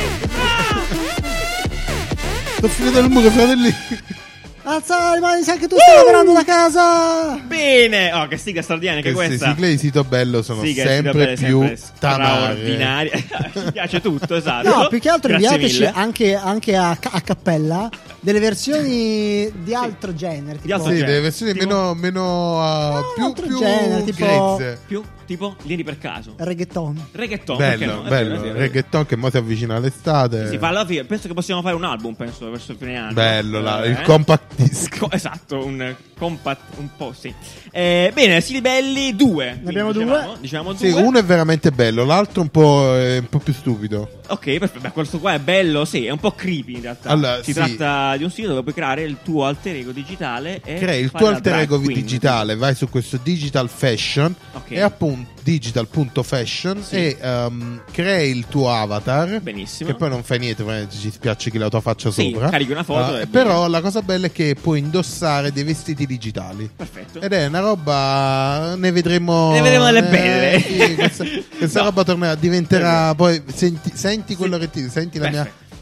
Sto finendo il muro, fratelli. Alza le mani se anche tu stai lavorando da casa. Bene! Oh, che sigla straordinaria anche Queste questa. sigle di sito bello sono Sì, che sempre si dovrebbe più sempre tamare. straordinarie. Mi piace tutto, esatto. No, più che altro Grazie inviateci mille. anche, anche a, a cappella delle versioni di altro genere. Tipo, altro Sì, genere. delle versioni Tipo- meno, meno uh, No, più, altro più genere, tipo- grezze. Più tipo vieni per caso. reggaeton. Reggaeton, perché Bello, no? È bello. vero, è vero. Reggaeton che mo si avvicina all'estate. Sì, fa alla fine. Penso che possiamo fare un album, penso, verso il fine anno. Bello, là, Eh? il compact disc. Co- esatto, un compact, un po' sì. Eh, bene, Sili Belli, due. Ne abbiamo Quindi due. Dicevamo, dicevamo Sì, due. uno è veramente bello, l'altro un po', è un po' più stupido. Ok, perfetto. Beh, questo qua è bello, sì, è un po' creepy in realtà. Allora, si sì. tratta di un sito dove puoi creare il tuo alter ego digitale e Crei il fare tuo la alter drag ego queen. digitale, vai su questo Digital Fashion Ok. e appunto digital punto fashion Sì. e um, crei il tuo avatar. Benissimo. Che poi non fai niente, poi ci spiaccichi la tua faccia Sì, sopra. carichi una foto Uh, e però la cosa bella è che puoi indossare dei vestiti digitali. Perfetto. Ed è una roba, ne vedremo. Ne vedremo delle eh, belle. sì, questa questa No. roba tornerà, diventerà. Poi senti, senti quello che ti senti la mia, Perfetto.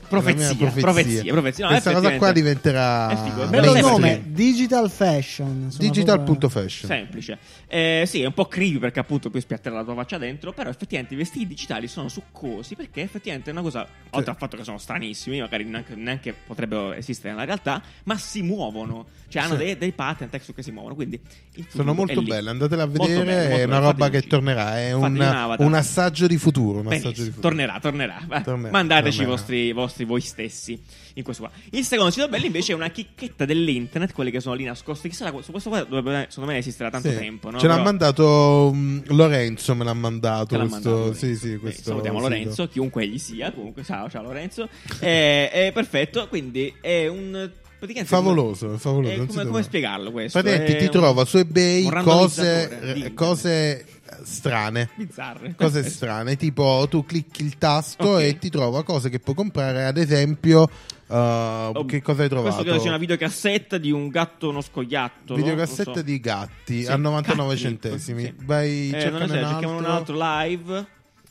Profezia, la mia profezia. profezia, profezia. No, Questa cosa qua diventerà è figo, è Bello Lei nome, perché- Digital Fashion. Sono digital proprio- punto fashion. Semplice. Eh, sì, è un po' creepy perché appunto puoi spiattare la tua faccia dentro, però effettivamente i vestiti digitali sono succosi perché effettivamente è una cosa, oltre al fatto che sono stranissimi, magari neanche, neanche potrebbero esistere nella realtà, ma si muovono, cioè hanno Sì. dei, dei patent su che si muovono, quindi il futuro Sono molto è lì. belle, andatele a Molto vedere, bello, molto è una bello. roba Fatemi che un giro. tornerà, è Fatemi un, un avatar. un assaggio di futuro, un Benissimo, assaggio di futuro. tornerà, tornerà. Vai, Tornerà, mandateci tornerà. i vostri, vostri voi stessi in questo qua. Il secondo sito bello invece è una chicchetta dell'internet, quelli che sono lì nascosti. Chissà, su questo qua dovrebbe, secondo me, esistere da tanto Sì. tempo. No? Ce l'ha Però- mandato um, Lorenzo, me l'ha mandato. Te l'ha questo, mandato sì, Lorenzo. sì, Beh, questo salutiamo sito. Lorenzo, chiunque egli sia. Comunque, ciao, ciao Lorenzo. è, è perfetto. Quindi è un praticamente Favoloso, è favoloso. è non come, si come trova. spiegarlo questo? Praticamente È ti un- trova su eBay un cose, randomizzatore di eh, cose strane. bizzarre. Cose Eh, strane, tipo tu clicchi il tasto Ok. e ti trova cose che puoi comprare, ad esempio, uh, Oh, che cosa hai trovato? Questo credo sia una videocassetta di un gatto, uno scoiattolo. Videocassetta non so. di gatti Sì, a novantanove Catti, centesimi. sì. Vai, Eh, non cercane lo so, un cerchiamo un altro. altro live.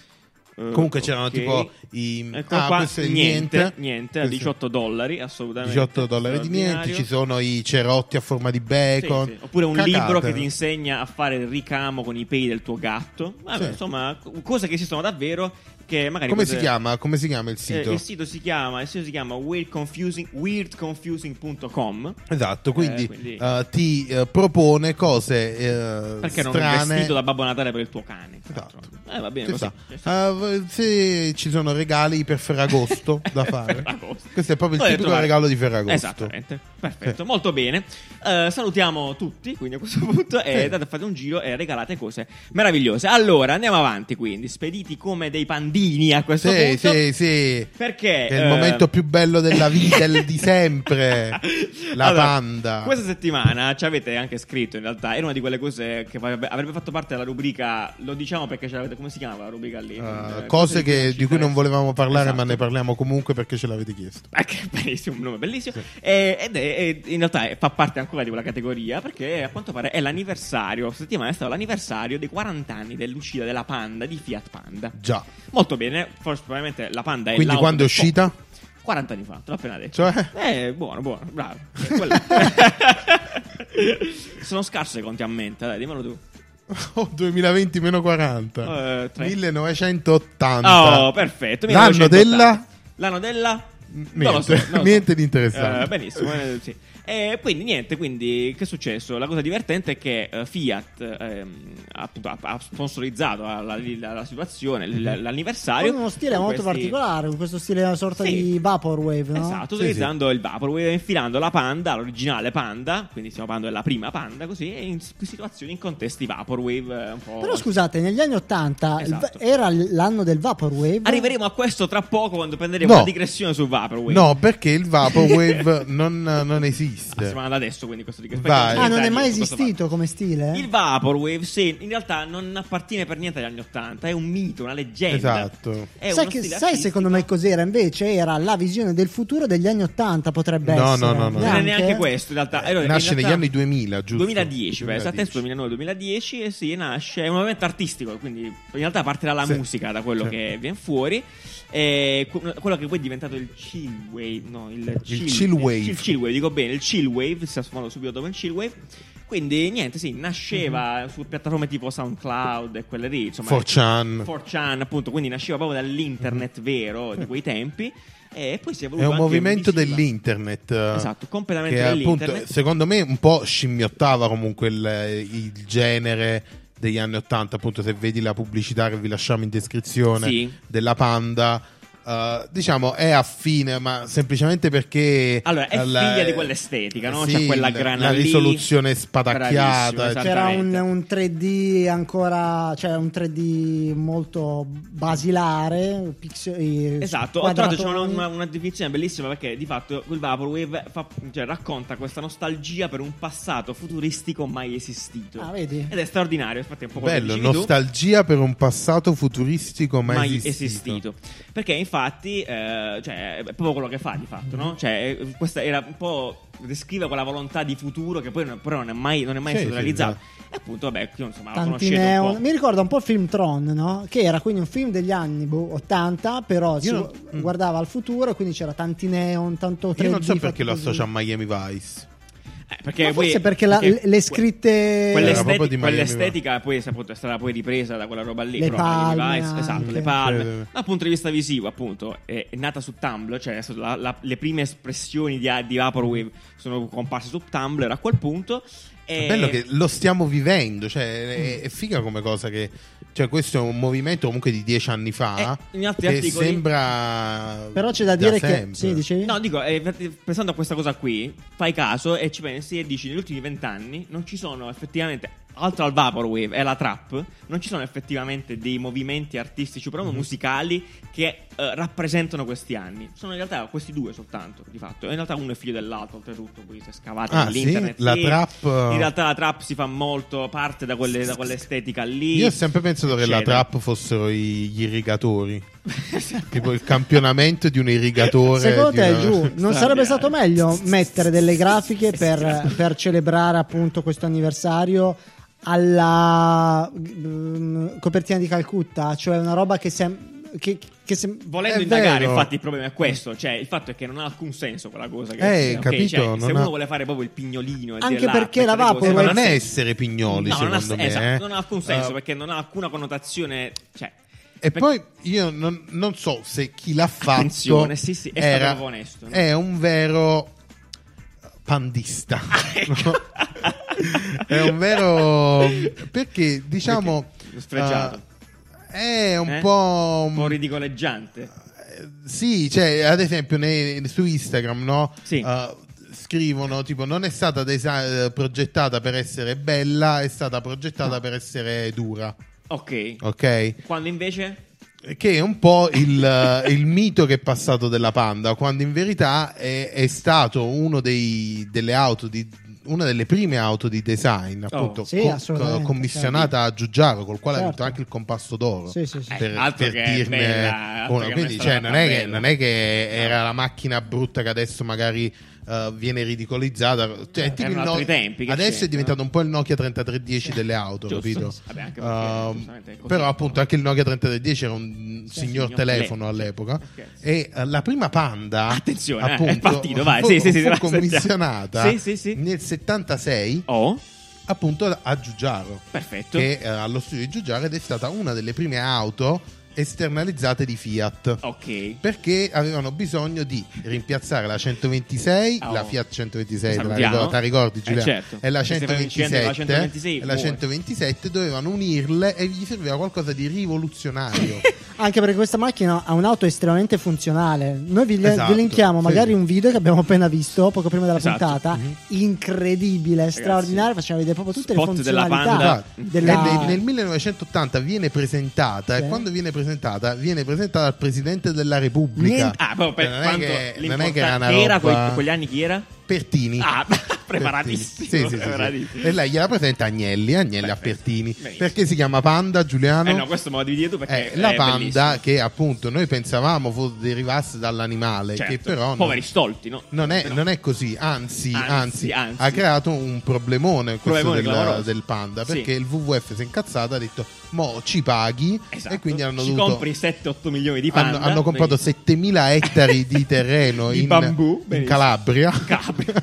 Eh, Comunque c'erano ok. tipo i Ecco ah, qua, questo è niente, niente, niente, a Questo è diciotto dollari, assolutamente. diciotto dollari di niente. straordinario. Ci sono i cerotti a forma di Sì, bacon. sì. Oppure un Cacate. libro che ti insegna a fare il ricamo con i peli del tuo gatto. Vabbè, Sì. insomma, co- cose che esistono davvero. Che magari Come potete- si chiama? Come si chiama il Eh, sito? il sito si chiama, il sito si chiama weird confusing, weird confusing punto com. Esatto, quindi, Eh, quindi- eh, ti eh, propone cose eh, Perché non un strane. vestito da Babbo Natale per il tuo cane? tra Esatto. l'altro. Eh, va bene Ci così. sta. Ci sta. Ah, v- se ci sono regali per Ferragosto da fare. Ferragosto. Questo è proprio il Potete tipico trovare- regalo di Ferragosto. Esattamente, perfetto, molto bene. Eh, salutiamo tutti, quindi a questo punto, e Sì. andate a fare un giro e regalate cose meravigliose. Allora, andiamo avanti, quindi, spediti come dei pandini a questo Sì, punto. sì, sì. Perché Che è il eh, momento più bello della vita del- di sempre. La Allora, panda. Questa settimana ci avete anche scritto, in realtà, era una di quelle cose che avrebbe, avrebbe fatto parte della rubrica. Lo diciamo perché ce l'avete, come si chiama la rubrica lì? Uh, Eh, cose che- ci di cui non interessa. volevamo parlare, Esatto. ma ne parliamo comunque perché ce l'avete chiesto. Eh, che benissimo, un nome bellissimo. Eh, ed è, è- in realtà è- fa parte ancora di quella categoria perché a quanto pare è l'anniversario. Questa settimana è stato l'anniversario dei quaranta anni dell'uscita della Panda di Fiat Panda. Già. Molto bene, forse probabilmente la Panda è Quindi l'auto quando è del uscita? popolo. quaranta anni fa, te l'ho appena detto. Cioè? Eh, buono, buono, bravo. Eh, quello- Sono scarso i conti a mente, dai, dimmelo tu. Oh, duemilaventi meno quaranta. Eh, tre. millenovecentottanta. Oh, perfetto. L'anno millenovecentottanta. della? L'anno della? Niente, Non lo so, non lo so. niente di interessante. Eh, benissimo, eh, sì. E quindi niente, quindi che è successo? La cosa divertente è che eh, Fiat ehm, appunto, ha, ha sponsorizzato la, la- la situazione, l- l'anniversario. Con uno stile con molto questi- particolare, con questo stile una sorta Sì. di Vaporwave, no? Esatto, Sì, utilizzando il Vaporwave, infilando la Panda, l'originale Panda, quindi stiamo parlando della prima Panda, così, e in situazioni, in contesti Vaporwave eh, un po'. Però scusate, negli anni Ottanta il- Esatto. era l'anno del Vaporwave. Arriveremo a questo tra poco quando prenderemo No. una digressione sul Vaporwave. No, perché il Vaporwave non, non esiste. Ah, stiamo andando adesso, quindi questo digressione. Vai. Ah, non è mai Su questo esistito come stile? Il Vaporwave, sì, in realtà non appartiene per niente agli anni Ottanta, è un mito, una leggenda. Esatto. È Sai, uno che, stile sai artistico. secondo me cos'era invece? Era la visione del futuro degli anni Ottanta, potrebbe No, essere. no, no, no. Non è neanche questo, in realtà. Allora, in Nasce realtà- negli anni duemila, giusto? duemiladieci, per duemiladieci. esattezza duemilanove duemiladieci, e sì, nasce, è un movimento artistico, quindi in realtà parte dalla Sì. musica, da quello Sì. che viene fuori. E que- quello che poi è diventato il chill wave, no, il chill, chill wave. Il chill wave, dico bene, il chill wave, si sta sfumando subito dopo il chill wave. Quindi niente, sì, nasceva Mhm. su piattaforme tipo SoundCloud e quelle lì, insomma. four chan. four chan, appunto, quindi nasceva proprio dall'internet vero di quei tempi. E poi si è È evoluto un anche movimento visiva. dell'internet. eh, Esatto, completamente che dell'internet. appunto, secondo me, un po' scimmiottava comunque il, il genere degli anni Ottanta. Appunto, se vedi la pubblicità che vi lasciamo in descrizione Sì. della Panda, eh, diciamo è affine, ma semplicemente perché Allora, è la- figlia di quell'estetica, no? sì, C'è quella la- grana la lì. risoluzione spatacchiata. Bravissimo, cioè- esatto. C'era un, Esattamente. un tre D ancora, cioè un tre D molto basilare. Pixel, eh, Esatto, ho trovato c'è una, quadratoni. una, una definizione bellissima perché di fatto quel Vaporwave fa, cioè, racconta questa nostalgia per un passato futuristico mai esistito. Ah, vedi? Ed è straordinario, infatti è un po' quello che Bello, dicevi tu, nostalgia per un passato futuristico mai, mai esistito. esistito. Perché infatti eh, cioè, è proprio quello che fa di fatto, no? Cioè, eh, questa era un po'. Descrive quella volontà di futuro che poi non- però non è mai, non è mai Sì, stato sì, realizzato. esatto. appunto, vabbè, io insomma lo Tanti conoscete neon. un po'. Mi ricorda un po' il film Tron, no? Che era quindi un film degli anni boh, ottanta, però si non- gu- guardava al futuro e quindi c'era tanti neon, tanto tre D. Io non so fatto perché lo così. associa a Miami Vice. Eh, perché Ma poi- forse perché, la- perché le scritte Era proprio quell'esteti- di Miami quell'estetica poi saputo- è stata poi ripresa da quella roba lì. Le però Miami palme Vice, anche. esatto, le Sì, palme. sì, sì. Dal punto di vista visivo, appunto, è, è nata su Tumblr, cioè la- la- le prime espressioni di, di Vaporwave sono comparse su Tumblr a quel punto. E... È bello che lo stiamo vivendo, cioè è, è figa come cosa che, cioè questo è un movimento comunque di dieci anni fa Eh, in altri che articoli- sembra Però c'è da dire che sempre. sì, dicevi? No, dico, eh, pensando a questa cosa qui, fai caso e ci pensi e dici negli ultimi vent'anni non ci sono effettivamente, altro al Vaporwave e alla trap, non ci sono effettivamente dei movimenti artistici, però Mm-hmm. musicali che eh, rappresentano questi anni. Sono in realtà questi due soltanto, di fatto. E in realtà uno è figlio dell'altro, oltretutto, poi si è scavato Ah, nell'internet. sì? La Sì. trap- In realtà la trap si fa molto parte da, quelle, da quell'estetica lì. Io ho sempre pensato che la eccetera. trap fossero i- gli irrigatori. Tipo il campionamento di un irrigatore. Secondo di te, una- giù, non Straordinario. sarebbe stato meglio mettere delle grafiche per, per celebrare appunto questo anniversario alla mm, copertina di Calcutta? Cioè una roba che sem- che, che sem- Volendo È indagare, vero. infatti, il problema è questo: cioè il fatto è che non ha alcun senso quella cosa. Che Eh, ok, capito, cioè, se non uno ha- vuole fare proprio il pignolino, e Anche dire là, perché la aspetta, Vaporwave- dico, Eh, ma se non è ha essere pignoli, No, non ha, secondo me. esatto, eh. non ha alcun senso Uh, perché non ha alcuna connotazione. Cioè, E per- poi io non, non so se chi l'ha fatto Attenzione, sì, sì, è stato era, proprio onesto, no? è un vero pandista. ecco. È un vero perché diciamo Perché? Sfregiato. eh, è un Eh? po' un po' ridicoleggiante. sì, cioè ad esempio nei- su Instagram, no? Sì. Uh, scrivono tipo non è stata desa- progettata per essere bella, è stata progettata per essere dura, Ok. ok? Quando invece. Che è un po' il, il mito che è passato della Panda, quando in verità è, è stato uno dei, delle auto di, una delle prime auto di design, appunto, sì, co- assolutamente, commissionata a Giugiaro, col quale ha Certo. avuto anche il compasso d'oro. Sì, sì, sì. Eh, Per, altro per che è dirne bella, altro una. che Quindi, non è cioè, stata non, è che, bella. non è che era la macchina brutta che adesso magari uh, viene ridicolizzata. Cioè, è tipo erano il altri tempi, che adesso c'entra? è diventato un po' il Nokia trentatré dieci delle auto, Giusto. capito? Vabbè, anche perché, Uh, giustamente, è così. però appunto anche il Nokia trentatré dieci era un signor signor telefono telefono, all'epoca. sì. E uh, la prima Panda, Attenzione, eh, appunto, è partito, vai, fu, sì, sì, sì, fu vai, commissionata sentiamo. Sì, sì, sì. nel settantasei Oh, appunto a Giugiaro, perfetto. che eh, allo studio di Giugiaro, ed è stata una delle prime auto esternalizzate di Fiat. Ok. Perché avevano bisogno di rimpiazzare la centoventisei, Oh. la Fiat centoventisei, te la Salutiamo. ricordi, te la ricordi, Eh, Giulia? certo. E la Se fai un incidente centoventisette, con la centoventisei, e la muore. centoventisette dovevano unirle e gli serviva qualcosa di rivoluzionario. Anche perché questa macchina ha un'auto estremamente funzionale. Noi vi, Esatto, vi linkiamo sì. magari un video che abbiamo appena visto poco prima della Esatto. puntata. Incredibile, straordinario. Facciamo vedere proprio tutte Spot le della funzionalità Panda. Esatto. della- E nel, nel millenovecentottanta viene presentata, Sì. e quando viene presentata, viene presentata al Presidente della Repubblica. Niente- Ah, proprio per Cioè, non, è quanto che, non è che era una l'importante- era roba... quegli, quegli anni chi era? Pertini. Ah, preparatissimo. Pertini. Sì, sì, sì, sì. preparatissimo. E lei gliela presenta Agnelli, Agnelli a Perfetto. Pertini. Benissimo. Perché si chiama Panda, Giuliano? Eh no, questo me lo devi dire tu perché Eh, la è panda bellissimo. che appunto noi pensavamo fosse, derivasse dall'animale, Certo. che però non- poveri stolti, no? non è, No. non è così, anzi, Anzi, anzi, anzi. ha creato un problemone questo Problemone del, clamoroso. del panda, Sì. perché il W W F si è incazzato, ha detto mo ci paghi, Esatto. e quindi hanno Ci dovuto compri sette otto milioni di panda. hanno, hanno comprato Benissimo. settemila ettari di terreno Di in, bambù, in benissimo. Calabria. Calabria.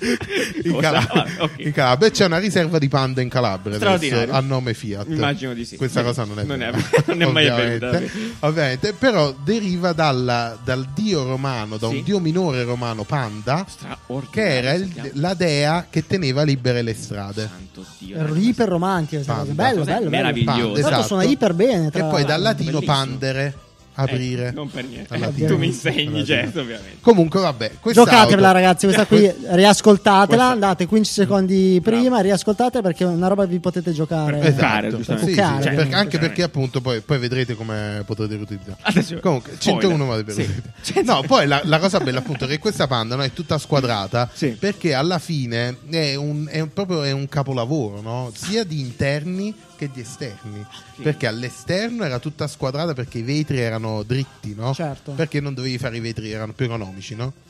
in, Cosa? Calabria. Ah, ok. In Calabria c'è una riserva di panda in Calabria adesso, Straordinario. a nome Fiat. Immagino di sì. Questa cosa non è Non è- vera, non è mai ovviamente. avvenuta. Ovviamente, però deriva dalla- dal dio romano, da Sì. un dio minore romano Panda, Straordinario, che era il- si chiama. la dea che teneva libere le strade. Santo Dio. Ero iper romantica questa cosa. Panda. Bello, Cos'è? bello, bello. Meraviglioso. Panda, Tra l'altro esatto. suona iper bene. Che tra poi dal l'altro. latino Bellissimo. pandere, aprire. Eh, non per niente. Dal latino. Tu mi insegni, Dal certo, latino. ovviamente. Comunque, vabbè, questa Giocatevela, auto- ragazzi. Questa qui riascoltatela. Questa- Andate quindici secondi Bravo. prima, riascoltatela perché è una roba che vi potete giocare. Per fare, Esatto, giustamente. sì, sì, Cuccare, perché- ovviamente. anche perché appunto poi, poi vedrete come potrete riutilizzare. Attenzione. Comunque, Spoiler. centouno modi per Sì. utilizzare. No, poi la, la cosa bella appunto è che questa Panda, no, è tutta squadrata, Sì. perché alla fine è, un, è un- proprio è un capolavoro, no? Sia di interni che di esterni. Sì. Perché all'esterno era tutta squadrata perché i vetri erano dritti, no? Certo. Perché non dovevi fare i vetri, erano più economici, no?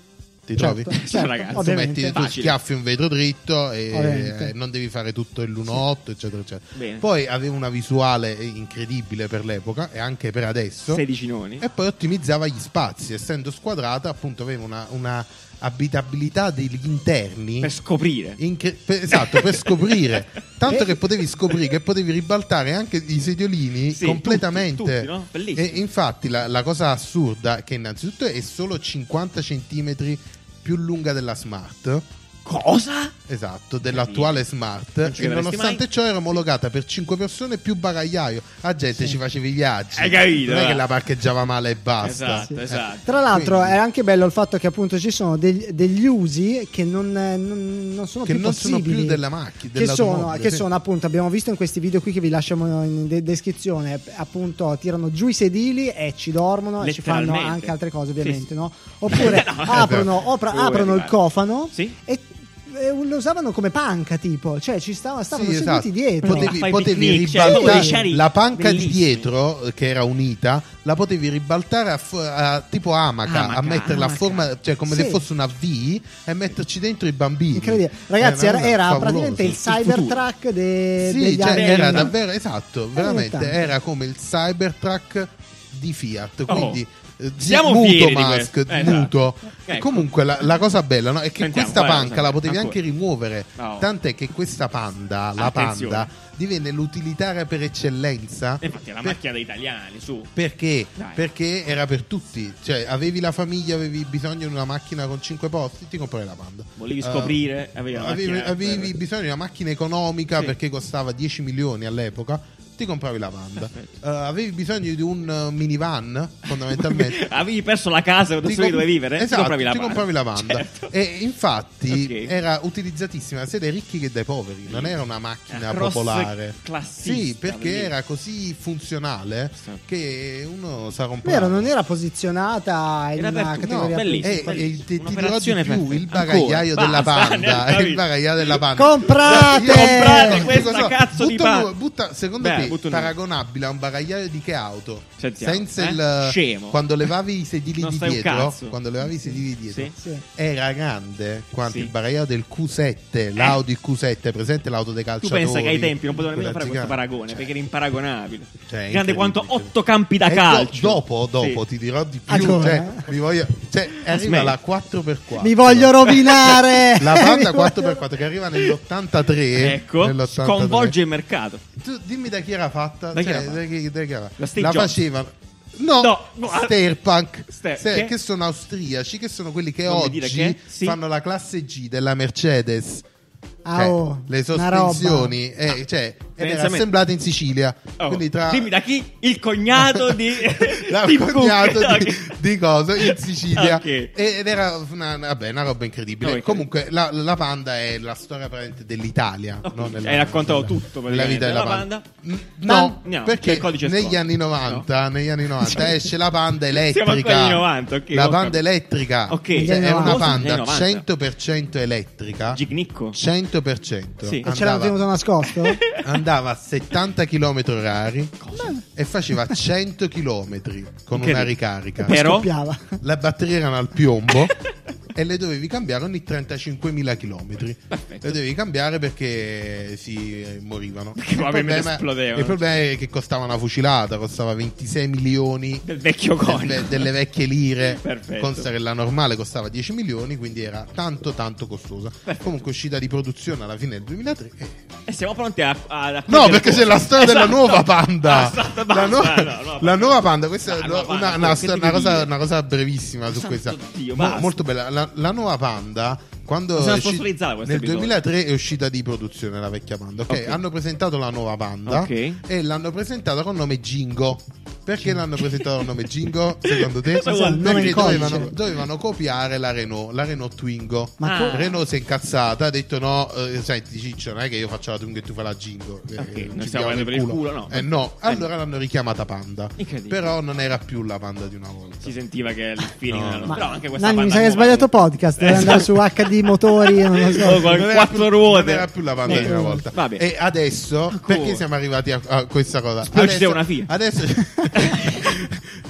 ti trovi? Certo, certo, ragazzi, Tu ovviamente. metti, tu Facile. schiaffi un vetro dritto e Ovviamente. eh, non devi fare tutto il uno otto, eccetera, eccetera. Bene. Poi aveva una visuale incredibile per l'epoca e anche per adesso. sedici noni. E poi ottimizzava gli spazi, essendo squadrata, appunto, aveva una, una abitabilità degli interni. Per scoprire. Incre- per- esatto, per scoprire. Tanto che potevi scoprire che potevi ribaltare anche i sediolini Sì, completamente. tutti, tutti, no? Bellissimo. E infatti la, la cosa assurda è che innanzitutto è solo cinquanta centimetri più lunga della Smart. Cosa? Esatto, dell'attuale Smart. ci E crederesti nonostante mai? ciò era omologata per cinque persone più bagagliaio. La gente ci faceva i viaggi. Hai capito, Non è va? che la parcheggiava male e basta. Esatto, Eh, esatto. Tra l'altro Quindi- è anche bello il fatto che appunto ci sono degli, degli usi che non, non, non sono Che più non sono possibili. più della macchina, che sono, dell'automobile, che sì. sono appunto, abbiamo visto in questi video qui che vi lasciamo in de- descrizione, appunto tirano giù i sedili e ci dormono e ci fanno Letteralmente. anche altre cose Sì, ovviamente, sì. no? Oppure No, aprono, opra- Dove aprono il arrivare? cofano Sì. e e lo usavano come panca, tipo, cioè ci stava, stavano Sì, seduti esatto. dietro. Ma Potevi, fai potevi picnic, cioè, ribaltare dei sciari la panca bellissimi. di dietro, eh, che era unita, la potevi ribaltare a, fo- a tipo amaca, Amaca, a metterla amaca. a forma, cioè come Sì. se fosse una V, e metterci dentro i bambini. Incredibile. Ragazzi, Eh, era, una era cosa praticamente il favolosa. Cybertruck de- Sì, degli cioè, anni era ottanta. davvero esatto, veramente ottanta. era come il Cybertruck di Fiat, quindi eh, Siamo muto fieri di Musk, questo. Esatto. muto. Ecco. E comunque la, la cosa bella, no, è che Sentiamo, questa qual è la panca cosa la potevi bella? anche rimuovere, No. tant'è che questa panda, la Attenzione. panda, divenne l'utilitaria per eccellenza. E infatti è la per- macchina degli italiani, su. Perché? Dai. Perché era per tutti, cioè avevi la famiglia, avevi bisogno di una macchina con cinque posti, ti compravi la panda. Volevi Eh, scoprire, avevi la avevi, macchina- avevi bisogno di una macchina economica Sì. perché costava dieci milioni all'epoca, ti compravi la Panda. Perfetto. Eh, avevi bisogno di un uh, minivan, fondamentalmente. Avevi perso la casa Ti dove com- dovevi vivere? Esatto, ti compravi la ti Panda. compravi la Panda. Certo. E infatti Ok. era utilizzatissima sia dai ricchi che dai poveri, non era una macchina Era cross popolare. classista, Sì, perché bellissimo. era così funzionale Sì. che uno sa comprare. Vero, non era posizionata in Era una per tutti. categoria. No, bellissimo. E, e ti, ti dirò di Un'operazione più, perfetta. il bagagliaio Ancora, della basta, Panda, ne ho il bagagliaio della Panda. Comprate! Io- Comprate io- questa dico, so, cazzo di butta- Panda. butta- secondo Beh, te butto un paragonabile a un bagagliaio di che auto? Sentiamo, Senza eh? il Scemo. quando levavi i sedili Non di stai un dietro, cazzo. quando levavi i sedili di dietro, Sì. Sì. era grande quanto Sì. Eh? il bagagliaio del Q sette, l'Audi Q sette, presente l'auto dei Tu calciatori. pensa che ai tempi non potevano nemmeno quella fare questo gigante. paragone perché era imparagonabile. Cioè, Grande quanto incredibile. otto campi da E do- calcio. dopo, dopo Sì. ti dirò di più. Ancora? Cioè, mi voglio, cioè, arriva smetti. la quattro per quattro. Mi voglio rovinare! La Panda Mi quattro per voglio- quattro che arriva nell'ottantatré. Ecco, nell'ottantatré. sconvolge il mercato. Tu dimmi da chi era fatta? Da chi Cioè, era fatta? da chi- da chi era? Da Steve La Jobs. facevano. No, No, no, Steirpunk, Ste- Se- che? che? sono austriaci, che sono quelli che Non mi oggi dire che? Sì. fanno la classe G della Mercedes. Ah, Cioè, oh, le una roba. sospensioni, eh, cioè, ed era Tendenzialmente- assemblata in Sicilia. Oh, Quindi tra Dimmi da chi? Il cognato di la Tim cognato Cook. di, Ok. di cosa in Sicilia. Ok. ed era una, vabbè, una roba incredibile. Ok. Comunque la, la Panda è la storia praticamente dell'Italia. Ok. no? Nella- Hai raccontato nella- tutto nella vita della della Panda. Panda? N- No, No, c'è perché il codice negli sconto. anni novanta, negli anni novanta esce la Panda elettrica. Siamo ancora negli novanta, ok, la ho Panda capito. elettrica. Ok. Cioè, Negli è anni una novanta. Panda Negli novanta. cento per cento elettrica. Gignicco. cento per cento. Sì. E ce l'hanno tenuto nascosto? Andava a settanta chilometri orari e faceva cento chilometri con una Incredibile. ricarica. Però Scoppiava. Le batterie erano al piombo e le dovevi cambiare ogni trentacinquemila chilometri. Perfetto. Le dovevi cambiare perché si eh, morivano. Perché Il probabilmente problema- esplodevano. Il problema è che costava una fucilata, costava ventisei milioni del vecchio del- coniuge. delle vecchie lire. Perfetto. Consta che la normale costava dieci milioni, quindi era tanto tanto costosa. Comunque uscita di produzione alla fine del duemilatré. e- E siamo pronti a, a No, raccogliere perché cose. c'è la storia della Esatto. nuova Panda. Ah, esatto, la, basta, nuova, no, no, la nuova Panda, questa Ah, è nuova una, Panda, una- che una devi cosa, dire? una cosa brevissima su Santo questa. Dio, Mo- basta. molto bella. La, la nuova Panda, quando Ma siamo è usci- sponsorizzati questo nel episodio. duemilatré è uscita di produzione la vecchia Panda. Ok, Ok. hanno presentato la nuova Panda Ok. e l'hanno presentata con nome Jingo. Perché l'hanno presentato con nome Jingo? Secondo te? Cosa vuol dire? Perché Nome in dovevano, codice. dovevano copiare la Renault, la Renault Twingo. Ma Ah. co- Renault si è incazzata, ha detto no, eh, senti Ciccio, non è che io faccio la Twingo e tu fai la Jingo. Eh, Ok, ci non stiamo piamo prendendo per il culo, no. Eh no, allora l'hanno richiamata Panda. Incredibile. Però non era più la Panda di una volta. Si sentiva che il feeling No. era- Ma- però anche questa Nanni, mi Panda sa che hai nuova- sbagliato podcast. Devi andare su Esatto. H D motori. Non lo so. Oh, con Non era quattro più- ruote. Non era più la Panda Eh, di una volta. vabbè. E adesso, Ancora. perché siamo arrivati a, a questa cosa? Spero ci sia Adesso- una Fiat. Adesso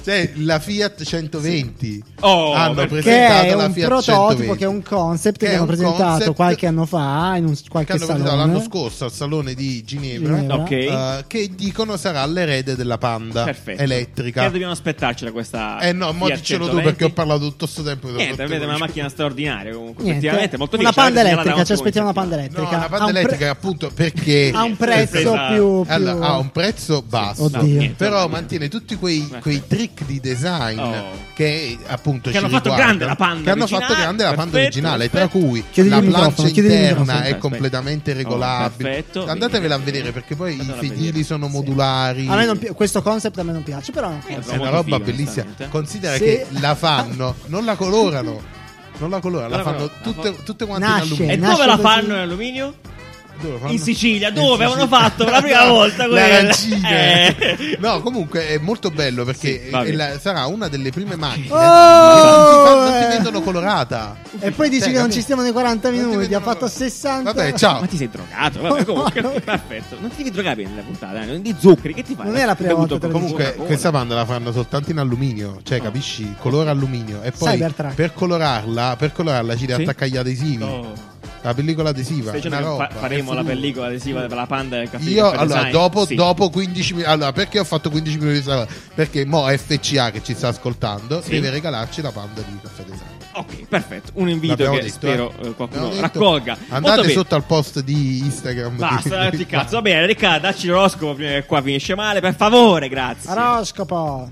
Cioè, la Fiat centoventi Oh, hanno perché presentato che è la un Fiat prototipo, centoventi, che è un concept che, Che è hanno un presentato concept qualche anno fa in un che qualche hanno presentato salone. l'anno scorso al salone di Ginevra, Ginevra. Ok. eh, che dicono sarà l'erede della Panda Perfetto. elettrica. Che dobbiamo aspettarci da questa Eh no, mo Fiat dicelo tu centoventi? perché ho parlato tutto sto tempo. che Niente, sono avete una tutte macchina straordinaria comunque. Niente, Effettivamente molto una figa. Panda Ci avete elettrica, ci segnalato aspettiamo una un Panda pochettino. No, elettrica. la Ha Panda un pre- elettrica appunto perché ha un prezzo Sorpresa. più, più... allora, ha un prezzo basso, Oddio. niente, però no, mantiene tutti quei, quei trick di design Oh. che appunto Che ci hanno fatto riguardano, grande la Panda che hanno originale. fatto grande la Panda Perfetto, originale, perfetto. tra cui Chiudi la il plancia microfono, chiudi il interna microfono. è Aspetta. completamente Oh, regolabile. perfetto, Andatevela a bene. vedere perché poi i Andatela a sedili vedere. sono Sì. modulari. A me non pi- questo concept a me non piace, però Eh, È molto una roba figo, bellissima. onestamente. Considera Sì. che la fanno, non la colorano. Non la colorano, la Non la fanno colorano. tutte, tutte quante Nasce. in alluminio. E Nasce dove la così. fanno in alluminio? Dove fanno? In Sicilia, In dove avevano Sicilia. fatto per la prima No, volta quella? l'arancina. Eh. No, comunque è molto bello perché Sì, va è bene. la- sarà una delle prime macchine Oh! che non ti, fa- non ti vendono colorata. E poi dici Cioè, che non capito? ci stiamo nei quaranta Non ti minuti, ha vendono- fatto sessanta. Vabbè, ciao. Ma ti sei drogato? Vabbè, comunque, perfetto. Non ti devi drogare bene nella puntata, eh? Di zuccheri, che ti fai? Non è la prima Bevuto volta che Coca-Cola. Comunque Coca-Cola. questa Panda la fanno soltanto in alluminio, cioè capisci? Colore alluminio e poi Cybertruck. per colorarla, per colorarla ci devi Sì? attaccare gli adesivi. Oh. La pellicola adesiva, Stai dicendo una che roba. fa- faremo è la futuro. pellicola adesiva per la Panda del caffè. Io caffè allora design? dopo, Sì. dopo quindici minuti, allora perché ho fatto quindici minuti di questa cosa? Perché mo F C A che ci sta ascoltando Sì. deve regalarci la Panda di Caffè Design. Ok, perfetto. Un invito L'abbiamo che detto, spero eh? eh, qualcuno Abbiamo detto. raccolga. Molto Andate bene. sotto al post di Instagram. Basta, di- datti cazzo. Va bene, Riccardo, dacci l'oroscopo prima che qua finisce male, per favore, grazie. Oroscopo.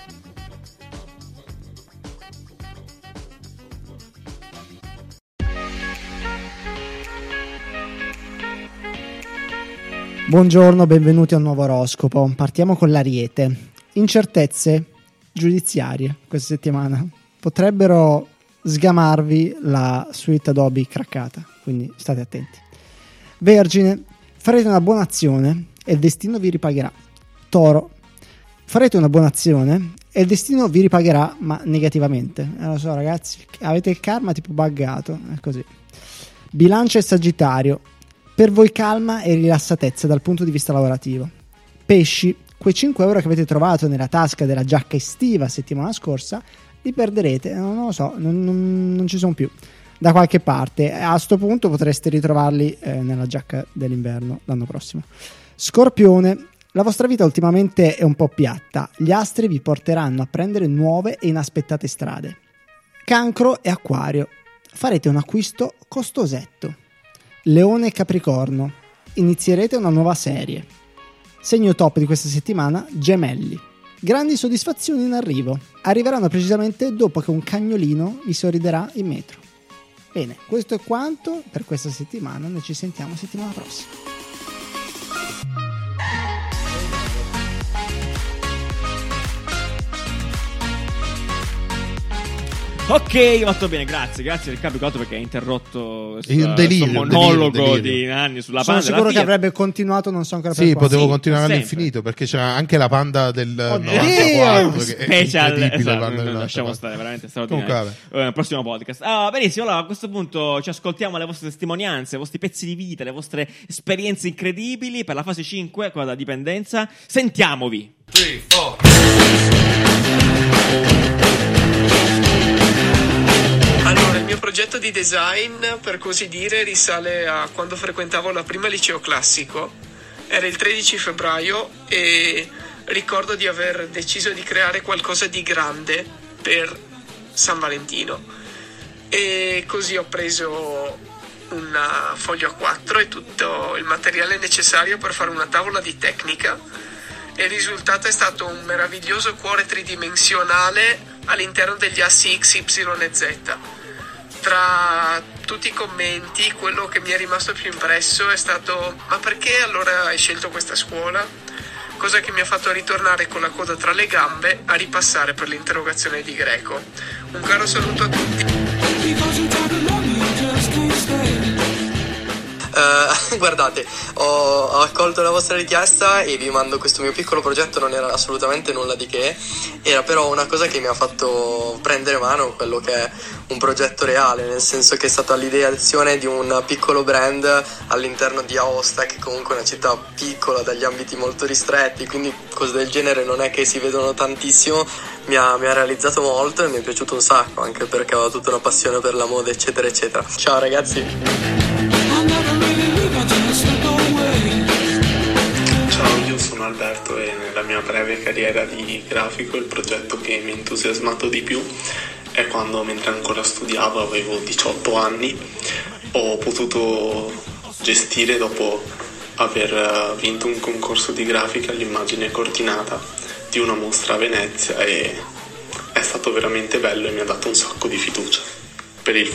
Buongiorno, benvenuti a un nuovo oroscopo. Partiamo con l'Ariete. Incertezze giudiziarie questa settimana potrebbero sgamarvi la suite Adobe craccata, quindi state attenti. Vergine, farete una buona azione e il destino vi ripagherà. Toro, farete una buona azione e il destino vi ripagherà, ma negativamente. Eh, lo so ragazzi, avete il karma tipo buggato, è così. Bilancia e Sagittario, per voi calma e rilassatezza dal punto di vista lavorativo. Pesci, quei cinque euro che avete trovato nella tasca della giacca estiva settimana scorsa li perderete, non, non lo so, non, non, non ci sono più da qualche parte. A sto punto potreste ritrovarli eh, nella giacca dell'inverno l'anno prossimo. Scorpione, la vostra vita ultimamente è un po' piatta, gli astri vi porteranno a prendere nuove e inaspettate strade. Cancro e Acquario, farete un acquisto costosetto. Leone e Capricorno, inizierete una nuova serie. Segno top di questa settimana, Gemelli. Grandi soddisfazioni in arrivo. Arriveranno precisamente dopo che un cagnolino vi sorriderà in metro. Bene, questo è quanto per questa settimana. Noi ci sentiamo settimana prossima. Ok, molto bene, grazie, grazie Riccardo Cotto perché hai interrotto questo, Un delirio, questo un monologo delirio, un delirio. di Nanni sulla Sono Panda della sicuro che Fiat. avrebbe continuato, non so ancora per Sì, quanto. potevo Sì, continuare sempre. all'infinito perché c'era anche la Panda del Oddio! novantaquattro che è Special, incredibile, esatto, Panda del non lasciamo novantaquattro. stare, veramente straordinario. Comunque, Eh, prossimo podcast. Ah, benissimo, allora a questo punto ci ascoltiamo le vostre testimonianze, i vostri pezzi di vita, le vostre esperienze incredibili per la fase cinque, quella della dipendenza. Sentiamovi. Allora, il mio progetto di design, per così dire, risale a quando frequentavo la prima liceo classico. Era il tredici febbraio e ricordo di aver deciso di creare qualcosa di grande per San Valentino. E così ho preso un foglio A quattro e tutto il materiale necessario per fare una tavola di tecnica. E il risultato è stato un meraviglioso cuore tridimensionale all'interno degli assi X, Y e Z. Tra tutti i commenti, quello che mi è rimasto più impresso è stato: ma perché allora hai scelto questa scuola? Cosa che mi ha fatto ritornare con la coda tra le gambe a ripassare per l'interrogazione di greco. Un caro saluto a tutti. Uh, guardate, ho, ho accolto la vostra richiesta e vi mando questo mio piccolo progetto. Non era assolutamente nulla di che, era però una cosa che mi ha fatto prendere mano quello che è un progetto reale, nel senso che è stata l'ideazione di un piccolo brand all'interno di Aosta, che comunque è una città piccola, dagli ambiti molto ristretti, quindi cose del genere non è che si vedono tantissimo. Mi ha, mi ha realizzato molto e mi è piaciuto un sacco, anche perché ho tutta una passione per la moda, eccetera eccetera. Ciao ragazzi. Ciao, io sono Alberto e nella mia breve carriera di grafico il progetto che mi ha entusiasmato di più è quando, mentre ancora studiavo, avevo diciotto anni, ho potuto gestire, dopo aver vinto un concorso di grafica, l'immagine coordinata di una mostra a Venezia, e è stato veramente bello e mi ha dato un sacco di fiducia per il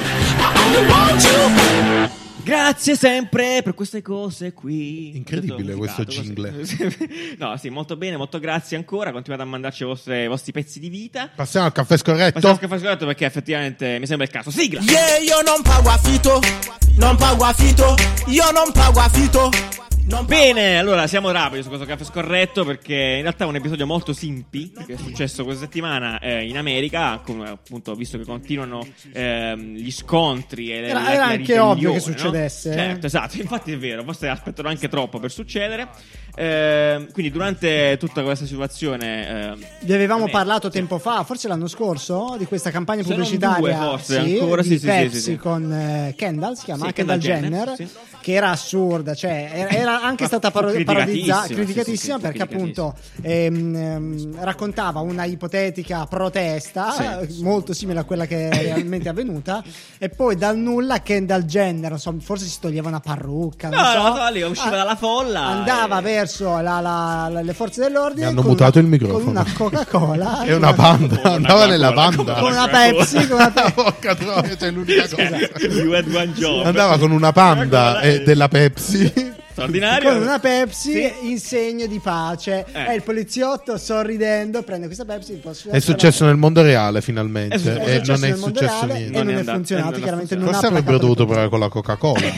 futuro. Grazie sempre per queste cose qui. Incredibile questo jingle. No, sì, molto bene, molto grazie ancora. Continuate a mandarci i vostri, i vostri pezzi di vita. Passiamo al caffè scorretto. Passiamo al caffè scorretto perché effettivamente mi sembra il caso. Sigla. Yeah, io non pago affitto, non pago affitto, io non pago affitto. Bene, allora siamo rapidi su questo caffè scorretto perché in realtà è un episodio molto simpi che è successo questa settimana eh, in America, come appunto visto che continuano ehm, gli scontri e le, era, la, era la anche ovvio che no? succedesse. Certo, esatto, infatti è vero, forse aspettano anche troppo per succedere. Eh, quindi durante tutta questa situazione eh, vi avevamo me, parlato sì. tempo fa, forse l'anno scorso, di questa campagna Se non pubblicitaria due, forse, sì, ancora, di sì, sì, Pepsi sì, sì, sì. con eh, Kendall, si chiama Sì, Kendall, Kendall Jenner, Jenner, sì. che era assurda, cioè era, era anche stata paro- criticatissima, parodizzata, criticatissima sì, sì, sì, perché appunto ehm, ehm, raccontava una ipotetica protesta Sì. molto simile a quella che è realmente avvenuta, e poi dal nulla Kendall Jenner, insomma, forse si toglieva una parrucca, non No, so, no, no, lì usciva ah, dalla folla andava e- verso la, la, la, le forze dell'ordine. Mi hanno con mutato una, il microfono. con una Coca-Cola E una panda. Una Andava nella Coca-Cola, panda. con una Pepsi, con una Pepsi. Porca troia, cioè l'unica cosa. You had one job. Andava con una panda Coca-Cola e e- della Pepsi. straordinario. Con una Pepsi Sì. in segno di pace. Eh. E il poliziotto sorridendo prende questa Pepsi. Posso È successo nel mondo reale finalmente. È successo- E È successo non è nel mondo successo reale niente. e non è è andato- funzionato. non è Chiaramente non Forse ha avrebbero placato dovuto le provare con la Coca-Cola.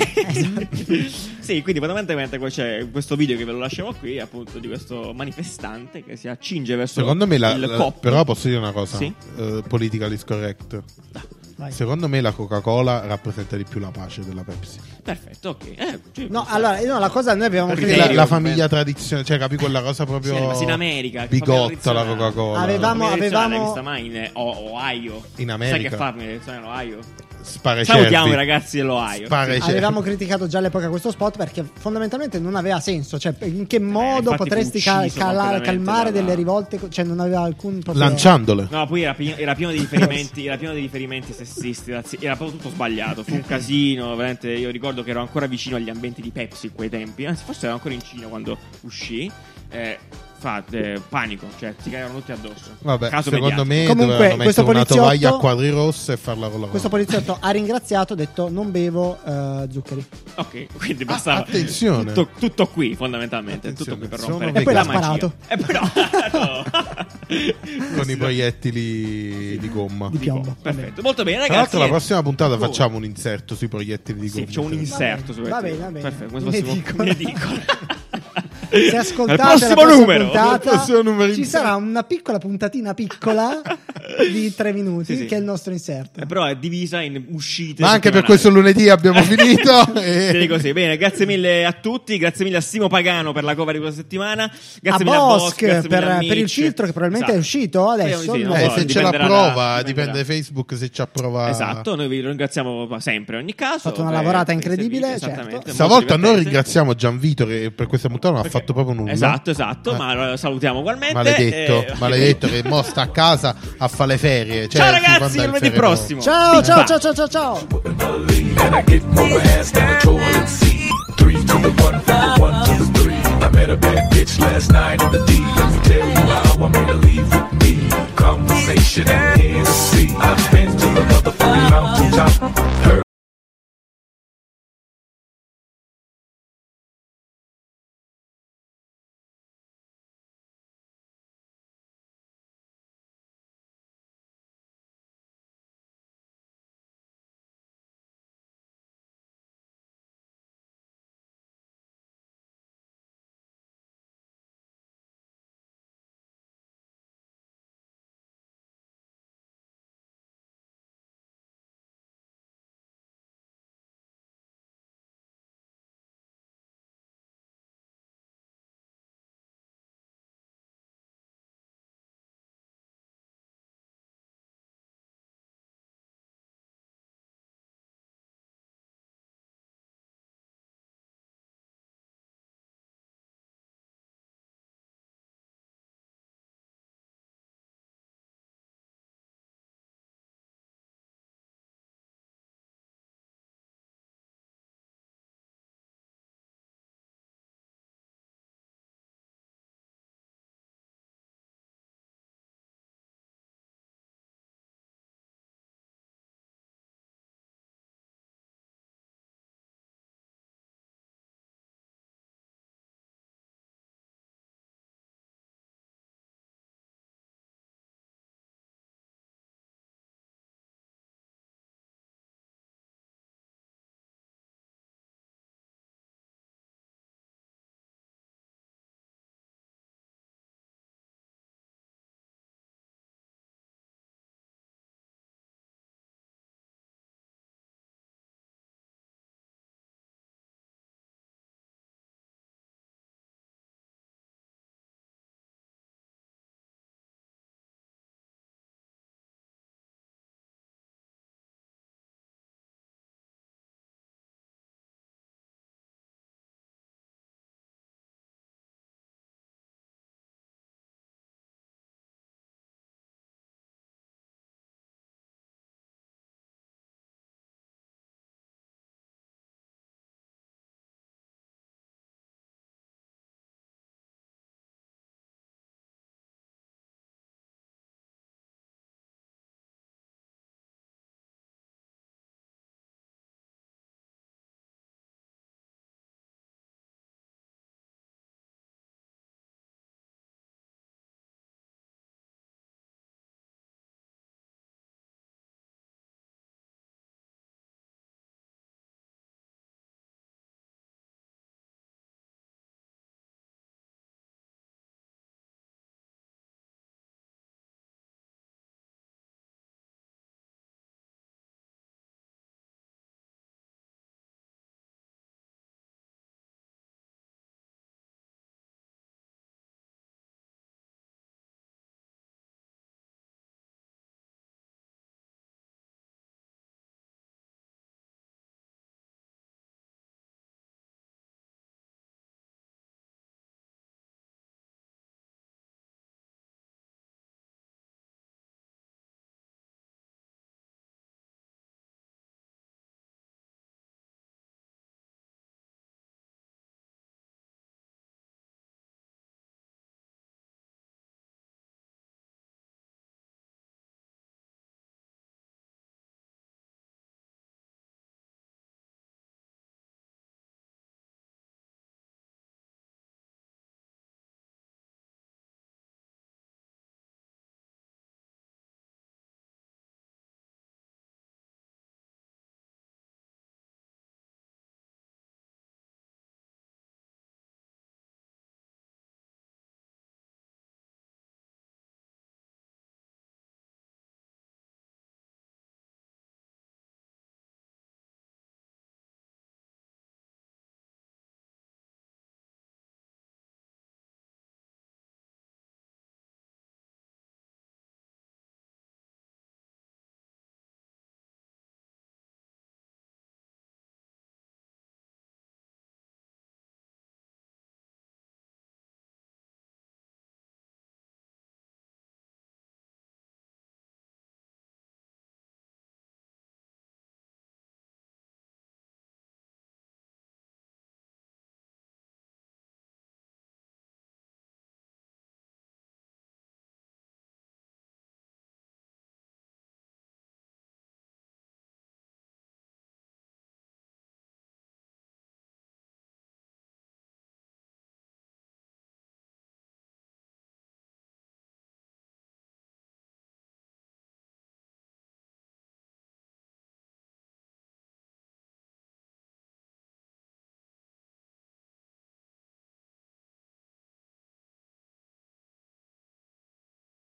Sì, quindi fondamentalmente poi c'è questo video che ve lo lasciamo qui, appunto, di questo manifestante che si accinge verso Secondo me la, il la- cop. però posso dire una cosa, Sì. eh, politically correct. Vai. Secondo me la Coca-Cola rappresenta di più la pace della Pepsi. Perfetto, ok. Eh, cioè, No, allora, no, la cosa noi abbiamo Perché Criterio, la, la come- famiglia tradizionale, cioè capi quella cosa proprio Sì, ma sì, in America, che bigotta famiglia la tradizionale. Coca-Cola. Avevamo- L'hai avevamo- vista mai in eh, O- Ohio? In America. Sai che fa famiglia tradizionale in Ohio? Spare Salutiamo cervi. i ragazzi dell'Ohio. Spare cervi. Avevamo criticato già all'epoca questo spot perché fondamentalmente non aveva senso. Cioè, in che modo Eh, infatti potresti fu ca- ucciso calare- completamente calmare dalla- delle rivolte? Cioè, non aveva alcun proprio. Lanciandole. No, poi era, pi- era pieno di riferimenti, era pieno di riferimenti sessisti, razzi- era proprio tutto sbagliato. Fu un casino, veramente. Io ricordo che ero ancora vicino agli ambienti di Pepsi in quei tempi. Anzi, forse ero ancora in Cina quando uscì. Eh, fa eh, panico, cioè si cagavano tutti addosso. Vabbè, Caso secondo mediatico. me Comunque, dovevano questo mettere una poliziotto- tovaglia a quadri rosse e farla con la Questo Coca. poliziotto ha ringraziato, ha detto non bevo eh, zuccheri. Ok, quindi bastava. Ah, attenzione. Tutto, tutto qui, fondamentalmente. Attenzione, Tutto qui per sono rompere E poi la l'ha magia. sparato. E poi no. Con i proiettili di gomma. Di piombo. Perfetto, molto bene, Tra ragazzi. l'altro la prossima puntata Come? facciamo un inserto sui proiettili di Sì, gomma. facciamo un inserto su Va bene, va bene. Perfetto, come se fossimo Un'edicola. un'edicola. Se ascoltate Al la prossimo prossima numero. puntata, Al prossimo numero ci inserto. sarà una piccola puntatina piccola di tre minuti Sì, sì. che è il nostro inserto. Eh, però è divisa in uscite. Ma anche per settimanali. questo lunedì abbiamo finito. Sì, e... così. Bene, grazie mille a tutti, grazie mille a Simo Pagano per la cover di questa settimana, A grazie mille a Bosch Bosch, grazie per, mille a per il Mitch. filtro che probabilmente Esatto. è uscito adesso. Sì, sì, non non Eh, so. so, se ce dipenderà l'approva, da- dipende da Facebook se ci approva. Esatto, noi vi ringraziamo sempre in ogni caso. Fatto una per- lavorata per i incredibile, servizi, certo. esattamente, Stavolta molto noi divertente. ringraziamo Gianvito che per questa puntata non ha Perché- fatto proprio nulla. Esatto, esatto, Eh. ma lo salutiamo ugualmente. Maledetto, Eh, maledetto che mo sta a casa a fare le ferie. Cioè, Ciao si ragazzi, quando è il lunedì ferie prossimo. Ciao, ciao, ciao, ciao, ciao, ciao. And I get more ass than a toilet seat. Three to the one, from the one to the three. I met a bad bitch last night in the D. Let me tell you how I made her leave with me. Conversation and Hennessy. I've been to the motherfucking mountaintop. Heard